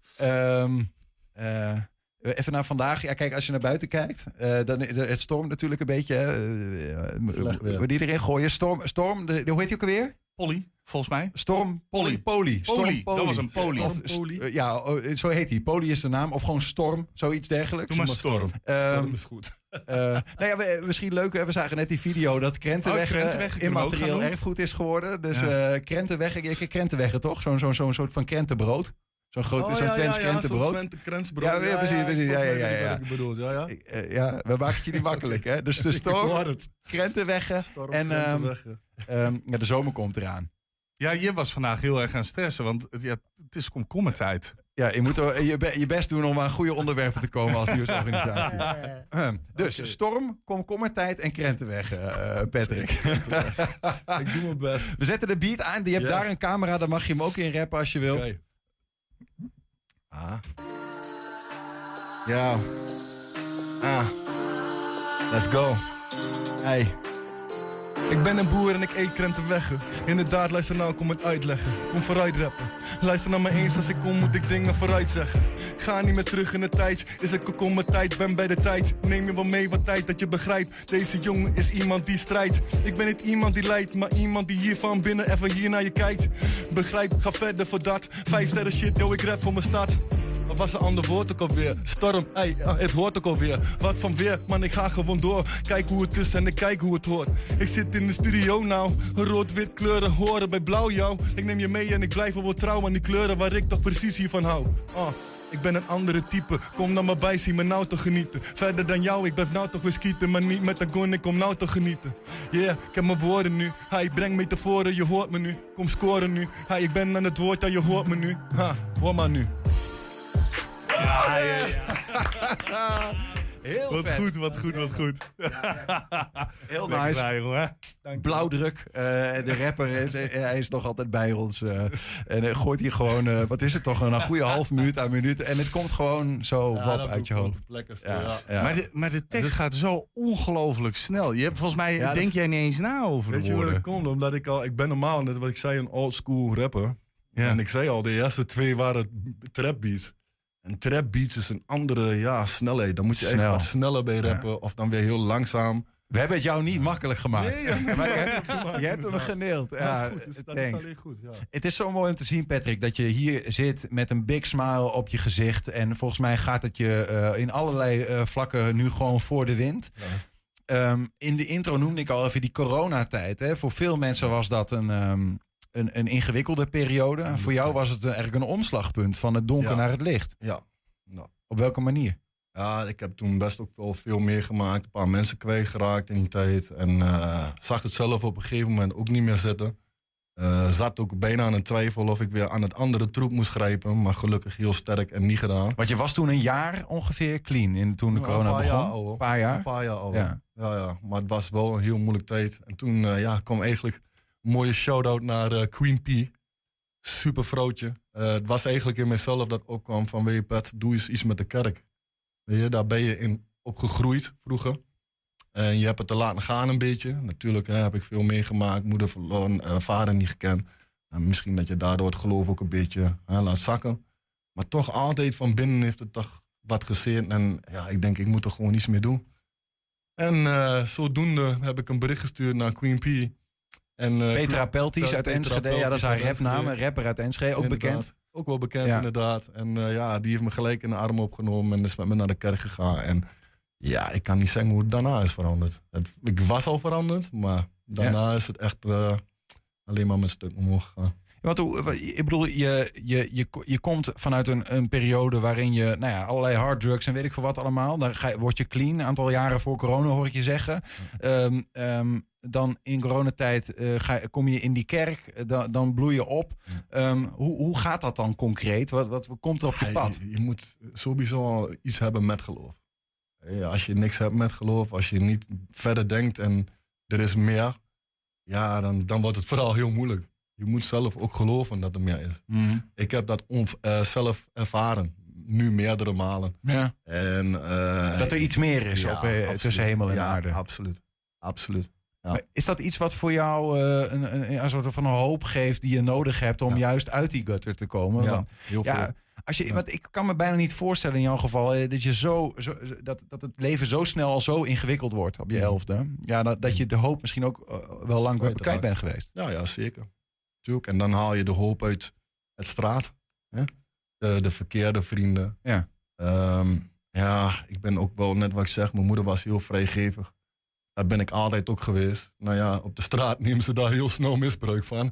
Even naar vandaag. Ja, kijk, als je naar buiten kijkt, dan het stormt natuurlijk een beetje. Moet die erin gooien? Storm, hoe heet die ook alweer? Polly, volgens mij. Poly. Dat was een Poly. Ja, zo heet hij. Poly is de naam. Of gewoon Storm, zoiets dergelijks. Doe maar Storm. Storm is goed. Misschien leuk, we zagen net die video dat Krentenweg immaterieel erfgoed is geworden. Dus Krentenweggen toch? Zo'n soort van krentenbrood. Zo'n Twents krentenbrood. Ja, precies. Ja, we maken het jullie makkelijk, hè? Dus de Storm, Krentenweggen en de zomer komt eraan. Ja, je was vandaag heel erg aan stressen, want het is komkommertijd. Ja, je moet je best doen om aan goede onderwerpen te komen als nieuwsorganisatie. Dus Storm, komkommertijd en Krentenweg, Patrick. Ik doe mijn best. We zetten de beat aan. Je hebt daar een camera, daar mag je hem ook in rappen als je wil. Okay. Ja. Let's go. Hey. Ik ben een boer en ik eet Krentenweggen. Inderdaad, luister nou, kom het uitleggen. Kom vooruit rappen. Luister naar me eens, als ik kom moet ik dingen vooruit zeggen. Ga niet meer terug in de tijd, is het komkommertijd, ben bij de tijd. Neem je wel mee wat tijd dat je begrijpt. Deze jongen is iemand die strijdt. Ik ben niet iemand die lijdt, maar iemand die hier van binnen even hier naar je kijkt. Begrijp, ga verder voor dat. 5 sterren shit, yo, ik rap voor mijn stad. Wat was een ander woord ook alweer? Storm, het hoort ook alweer. Wat van weer, man, ik ga gewoon door. Kijk hoe het is en ik kijk hoe het hoort. Ik zit in de studio nou, rood-wit kleuren horen bij blauw jou. Ik neem je mee en ik blijf wel trouw aan die kleuren waar ik toch precies hiervan hou. Ik ben een andere type, kom dan maar bij, zie me nou te genieten. Verder dan jou, ik blijf nou toch weer schieten, maar niet met een gun, ik kom nou te genieten. Yeah, ik heb mijn woorden nu, breng metaforen, je hoort me nu. Kom scoren nu, ik ben aan het woord, je hoort me nu. Hoor maar nu. Ja. Heel wat vet. Wat goed. Heel nice. Blauwdruk. De rapper hij is nog altijd bij ons. En gooit hier gewoon, wat is het toch, een goede half minuut aan minuut. En het komt gewoon zo wap uit je hoofd. Maar de tekst gaat zo ongelooflijk snel. Je hebt volgens mij, denk jij niet eens na over de woorden. Weet je wat het komt? Omdat ik ben normaal, net wat ik zei, een old school rapper. Ja. En ik zei al, de eerste 2 waren trap beats. En trap beats is een andere snelheid. Dan moet je even wat sneller bij rappen. Of dan weer heel langzaam. We hebben het jou niet makkelijk gemaakt. Nee, maar je hebt hem geneeld. Ja, dat is alleen goed. Ja. Het is zo mooi om te zien, Patrick, dat je hier zit met een big smile op je gezicht. En volgens mij gaat het je in allerlei vlakken nu gewoon voor de wind. Ja. In de intro noemde ik al even die coronatijd. Hè. Voor veel mensen was dat een ingewikkelde periode. Ja, voor jou was het eigenlijk een omslagpunt van het donker naar het licht. Ja. Nou. Op welke manier? Ja, ik heb toen best ook wel veel meegemaakt. Een paar mensen kwijtgeraakt in die tijd. En zag het zelf op een gegeven moment ook niet meer zitten. Zat ook bijna aan een twijfel of ik weer aan het andere troep moest grijpen. Maar gelukkig heel sterk en niet gedaan. Want je was toen een jaar ongeveer clean toen de corona begon? Een paar jaar? Een paar jaar al. Ja. Maar het was wel een heel moeilijke tijd. En toen kwam eigenlijk een mooie shout-out naar Queen P. Super vrouwtje. Het was eigenlijk in mezelf dat opkwam van, weet je Pat, doe eens iets met de kerk. Weet je, daar ben je in opgegroeid vroeger. En je hebt het te laten gaan een beetje. Natuurlijk heb ik veel meegemaakt, moeder verloren, vader niet gekend. En misschien dat je daardoor het geloof ook een beetje laat zakken. Maar toch altijd van binnen heeft het toch wat gezeerd. En ja, ik denk, ik moet er gewoon iets mee doen. En zodoende heb ik een bericht gestuurd naar Queen P. En, Petra Pelties uit Enschede, ja, dat is haar rapnaam. Een rapper uit Enschede, ook inderdaad. bekend. Ook wel bekend, inderdaad. En die heeft me gelijk in de arm opgenomen en is met me naar de kerk gegaan. En ja, ik kan niet zeggen hoe het daarna is veranderd. Ik was al veranderd, maar daarna is het echt alleen maar met stuk omhoog gegaan. Ik bedoel, je komt vanuit een periode waarin je allerlei harddrugs en weet ik veel wat allemaal. Dan word je clean, een aantal jaren voor corona hoor ik je zeggen. Dan in coronatijd kom je in die kerk, dan bloei je op. Hoe gaat dat dan concreet? Wat komt er op je pad? Je moet sowieso iets hebben met geloof. Als je niks hebt met geloof, als je niet verder denkt en er is meer, ja, dan wordt het vooral heel moeilijk. Je moet zelf ook geloven dat er meer is. Mm-hmm. Ik heb dat zelf ervaren. Nu meerdere malen. Ja. En, dat er iets meer is tussen hemel en aarde. Absoluut. Absoluut. Ja. Maar is dat iets wat voor jou een soort van een hoop geeft die je nodig hebt om juist uit die gutter te komen? Ja, want, heel veel. Want ik kan me bijna niet voorstellen in jouw geval dat je dat het leven zo snel al zo ingewikkeld wordt op je 11e. Ja, dat je de hoop misschien ook wel lang kwijt bent geweest. Ja, zeker. En dan haal je de hoop uit het straat. Hè? De verkeerde vrienden. Ja. Ik ben ook wel, net wat ik zeg, mijn moeder was heel vrijgevig. Daar ben ik altijd ook geweest. Nou ja, op de straat nemen ze daar heel snel misbruik van.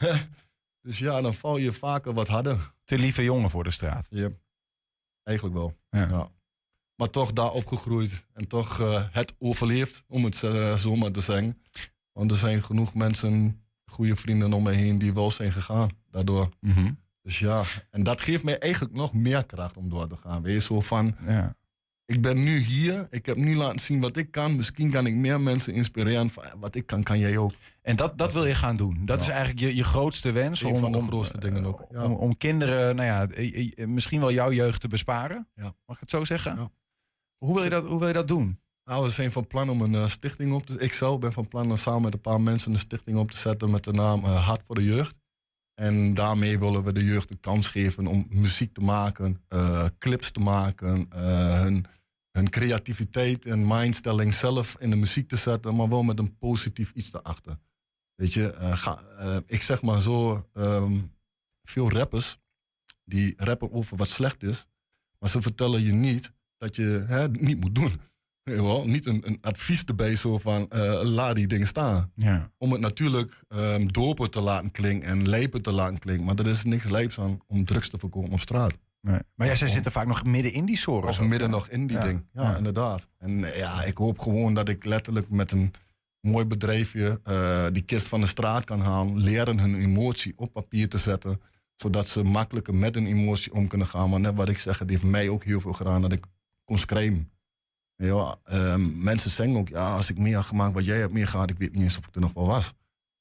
Dus ja, dan val je vaker wat harder. Te lieve jongen voor de straat. Ja, eigenlijk wel. Ja. Maar toch daar opgegroeid. En toch het overleefd, om het zo maar te zeggen. Want er zijn genoeg mensen, goede vrienden om me heen, die wel zijn gegaan daardoor. Mm-hmm. Dus ja, en dat geeft mij eigenlijk nog meer kracht om door te gaan. Weet je, zo van, ik ben nu hier, ik heb nu laten zien wat ik kan. Misschien kan ik meer mensen inspireren van wat ik kan jij ook. En dat wil je gaan doen. Dat is eigenlijk je grootste wens. Een van de grootste dingen ook. Ja. Om kinderen, misschien wel jouw jeugd te besparen. Ja. Mag ik het zo zeggen? Ja. Hoe wil je dat doen? Nou, we zijn van plan om een stichting op te zetten. Ik zelf ben van plan om samen met een paar mensen een stichting op te zetten met de naam Hart voor de Jeugd. En daarmee willen we de jeugd de kans geven om muziek te maken, clips te maken, hun creativiteit en mindstelling zelf in de muziek te zetten, maar wel met een positief iets erachter. Weet je, ik zeg maar zo, veel rappers die rappen over wat slecht is, maar ze vertellen je niet dat je het niet moet doen. Niet een advies erbij zo van laat die dingen staan. Ja. Om het natuurlijk doper te laten klinken en lijper te laten klinken. Maar er is niks lijps aan om drugs te voorkomen op straat. Nee. Maar zij zitten vaak nog midden in die zorg. Of midden nog in die ding. Ja, inderdaad. En ik hoop gewoon dat ik letterlijk met een mooi bedrijfje die kist van de straat kan halen. Leren hun emotie op papier te zetten. Zodat ze makkelijker met hun emotie om kunnen gaan. Maar net wat ik zeg, het heeft mij ook heel veel gedaan dat ik kon schrijven. Ja, mensen zeggen ook, als ik meer had gemaakt wat jij hebt meegehad, ik weet niet eens of ik er nog wel was.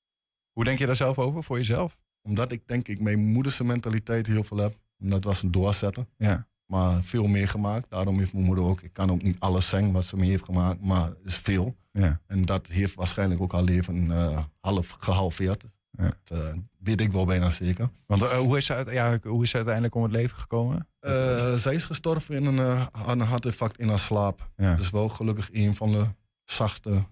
Hoe denk je daar zelf over, voor jezelf? Omdat ik denk ik mijn moederse mentaliteit heel veel heb. Dat was een doorzetten. Ja. Maar veel meegemaakt. Daarom heeft mijn moeder ook, ik kan ook niet alles zeggen wat ze me heeft gemaakt, maar het is veel. Ja. En dat heeft waarschijnlijk ook haar leven half gehalveerd. Ja. Dat weet ik wel bijna zeker. Want hoe is ze uiteindelijk om het leven gekomen? Zij is gestorven in een hartinfarct in haar slaap. Ja. Dus wel gelukkig een van de zachte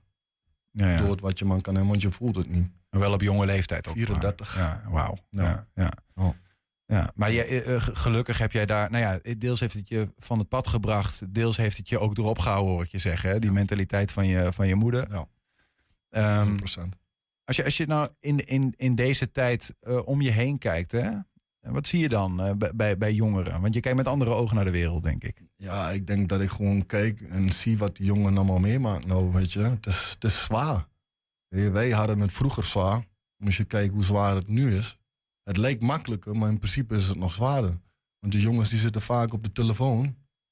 dood wat je man kan hebben, want je voelt het niet. Maar wel op jonge leeftijd ook. 34. Ja, wauw. Ja. Oh. Ja, maar gelukkig heb jij daar, deels heeft het je van het pad gebracht, deels heeft het je ook erop gehouden, hoor ik je zeggen. Hè? Die mentaliteit van je moeder. Ja, 100%. Als je nou in deze tijd om je heen kijkt, hè? Wat zie je dan bij jongeren? Want je kijkt met andere ogen naar de wereld, denk ik. Ja, ik denk dat ik gewoon kijk en zie wat die jongeren allemaal meemaken. Nou, weet je, het is zwaar. Wij hadden het vroeger zwaar. Als je kijkt hoe zwaar het nu is. Het lijkt makkelijker, maar in principe is het nog zwaarder. Want de jongens die zitten vaak op de telefoon.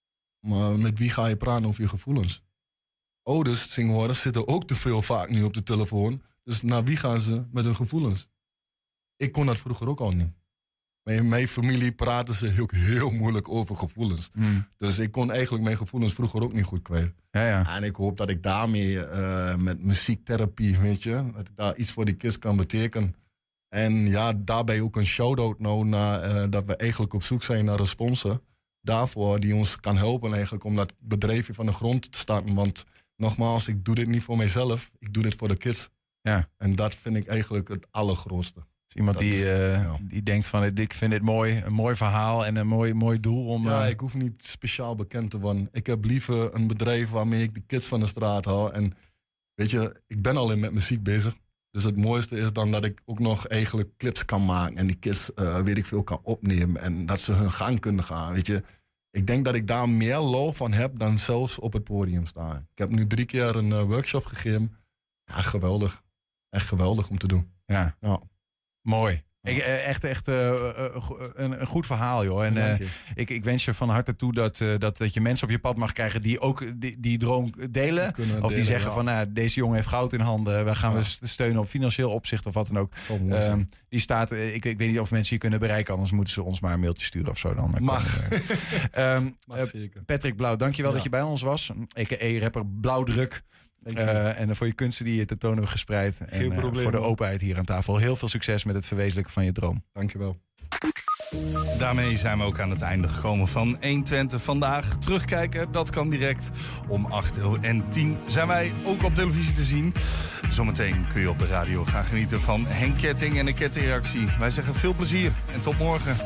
Maar met wie ga je praten over je gevoelens? Ouders, tegenwoordig, zitten ook te veel vaak nu op de telefoon. Dus naar wie gaan ze met hun gevoelens? Ik kon dat vroeger ook al niet. in mijn familie praten ze ook heel moeilijk over gevoelens. Dus ik kon eigenlijk mijn gevoelens vroeger ook niet goed kwijt. En ik hoop dat ik daarmee met muziektherapie, weet je, dat ik daar iets voor die kids kan betekenen. En ja, daarbij ook een shout-out nou naar dat we eigenlijk op zoek zijn naar een sponsor daarvoor die ons kan helpen eigenlijk om dat bedrijfje van de grond te starten. Want nogmaals, ik doe dit niet voor mijzelf, ik doe dit voor de kids. Ja. En dat vind ik eigenlijk het allergrootste. Dus iemand die denkt van, ik vind dit mooi, een mooi verhaal en een mooi doel om... Ja, ik hoef niet speciaal bekend te worden. Ik heb liever een bedrijf waarmee ik de kids van de straat hou. En weet je, ik ben al met muziek bezig. Dus het mooiste is dan dat ik ook nog eigenlijk clips kan maken. En die kids, weet ik veel, kan opnemen. En dat ze hun gang kunnen gaan, weet je. Ik denk dat ik daar meer lol van heb dan zelfs op het podium staan. Ik heb nu 3 keer een workshop gegeven. Ja, geweldig. Echt geweldig om te doen. Ja. Mooi. Echt een goed verhaal, joh. En ik wens je van harte toe dat je mensen op je pad mag krijgen die ook die droom delen. Of die zeggen van, deze jongen heeft goud in handen. Waar gaan we steunen op financieel opzicht of wat dan ook. Die staat, ik weet niet of mensen je kunnen bereiken. Anders moeten ze ons maar een mailtje sturen of zo. Dan mag zeker. Patrick Blauw, dankjewel dat je bij ons was. A.k.a. rapper Blauwdruk. En voor je kunsten die je tentoon hebt gespreid. Geen probleem, voor de openheid hier aan tafel. Heel veel succes met het verwezenlijken van je droom. Dankjewel. Daarmee zijn we ook aan het einde gekomen van 120 vandaag. Terugkijken, dat kan direct. Om 8:10 zijn wij ook op televisie te zien. Zometeen kun je op de radio gaan genieten van Henk Ketting en de Kettingreactie. Wij zeggen veel plezier en tot morgen.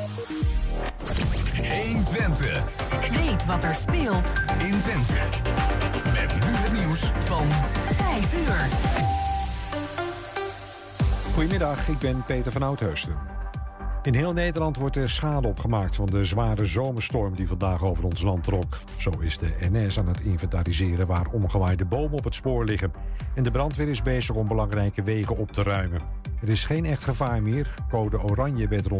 120. Weet wat er speelt in Twente. Met nu het nieuws van 5 uur. Goedemiddag, ik ben Peter van Oudheusden. In heel Nederland wordt er schade opgemaakt van de zware zomerstorm die vandaag over ons land trok. Zo is de NS aan het inventariseren waar omgewaaide bomen op het spoor liggen. En de brandweer is bezig om belangrijke wegen op te ruimen. Er is geen echt gevaar meer. Code oranje werd rond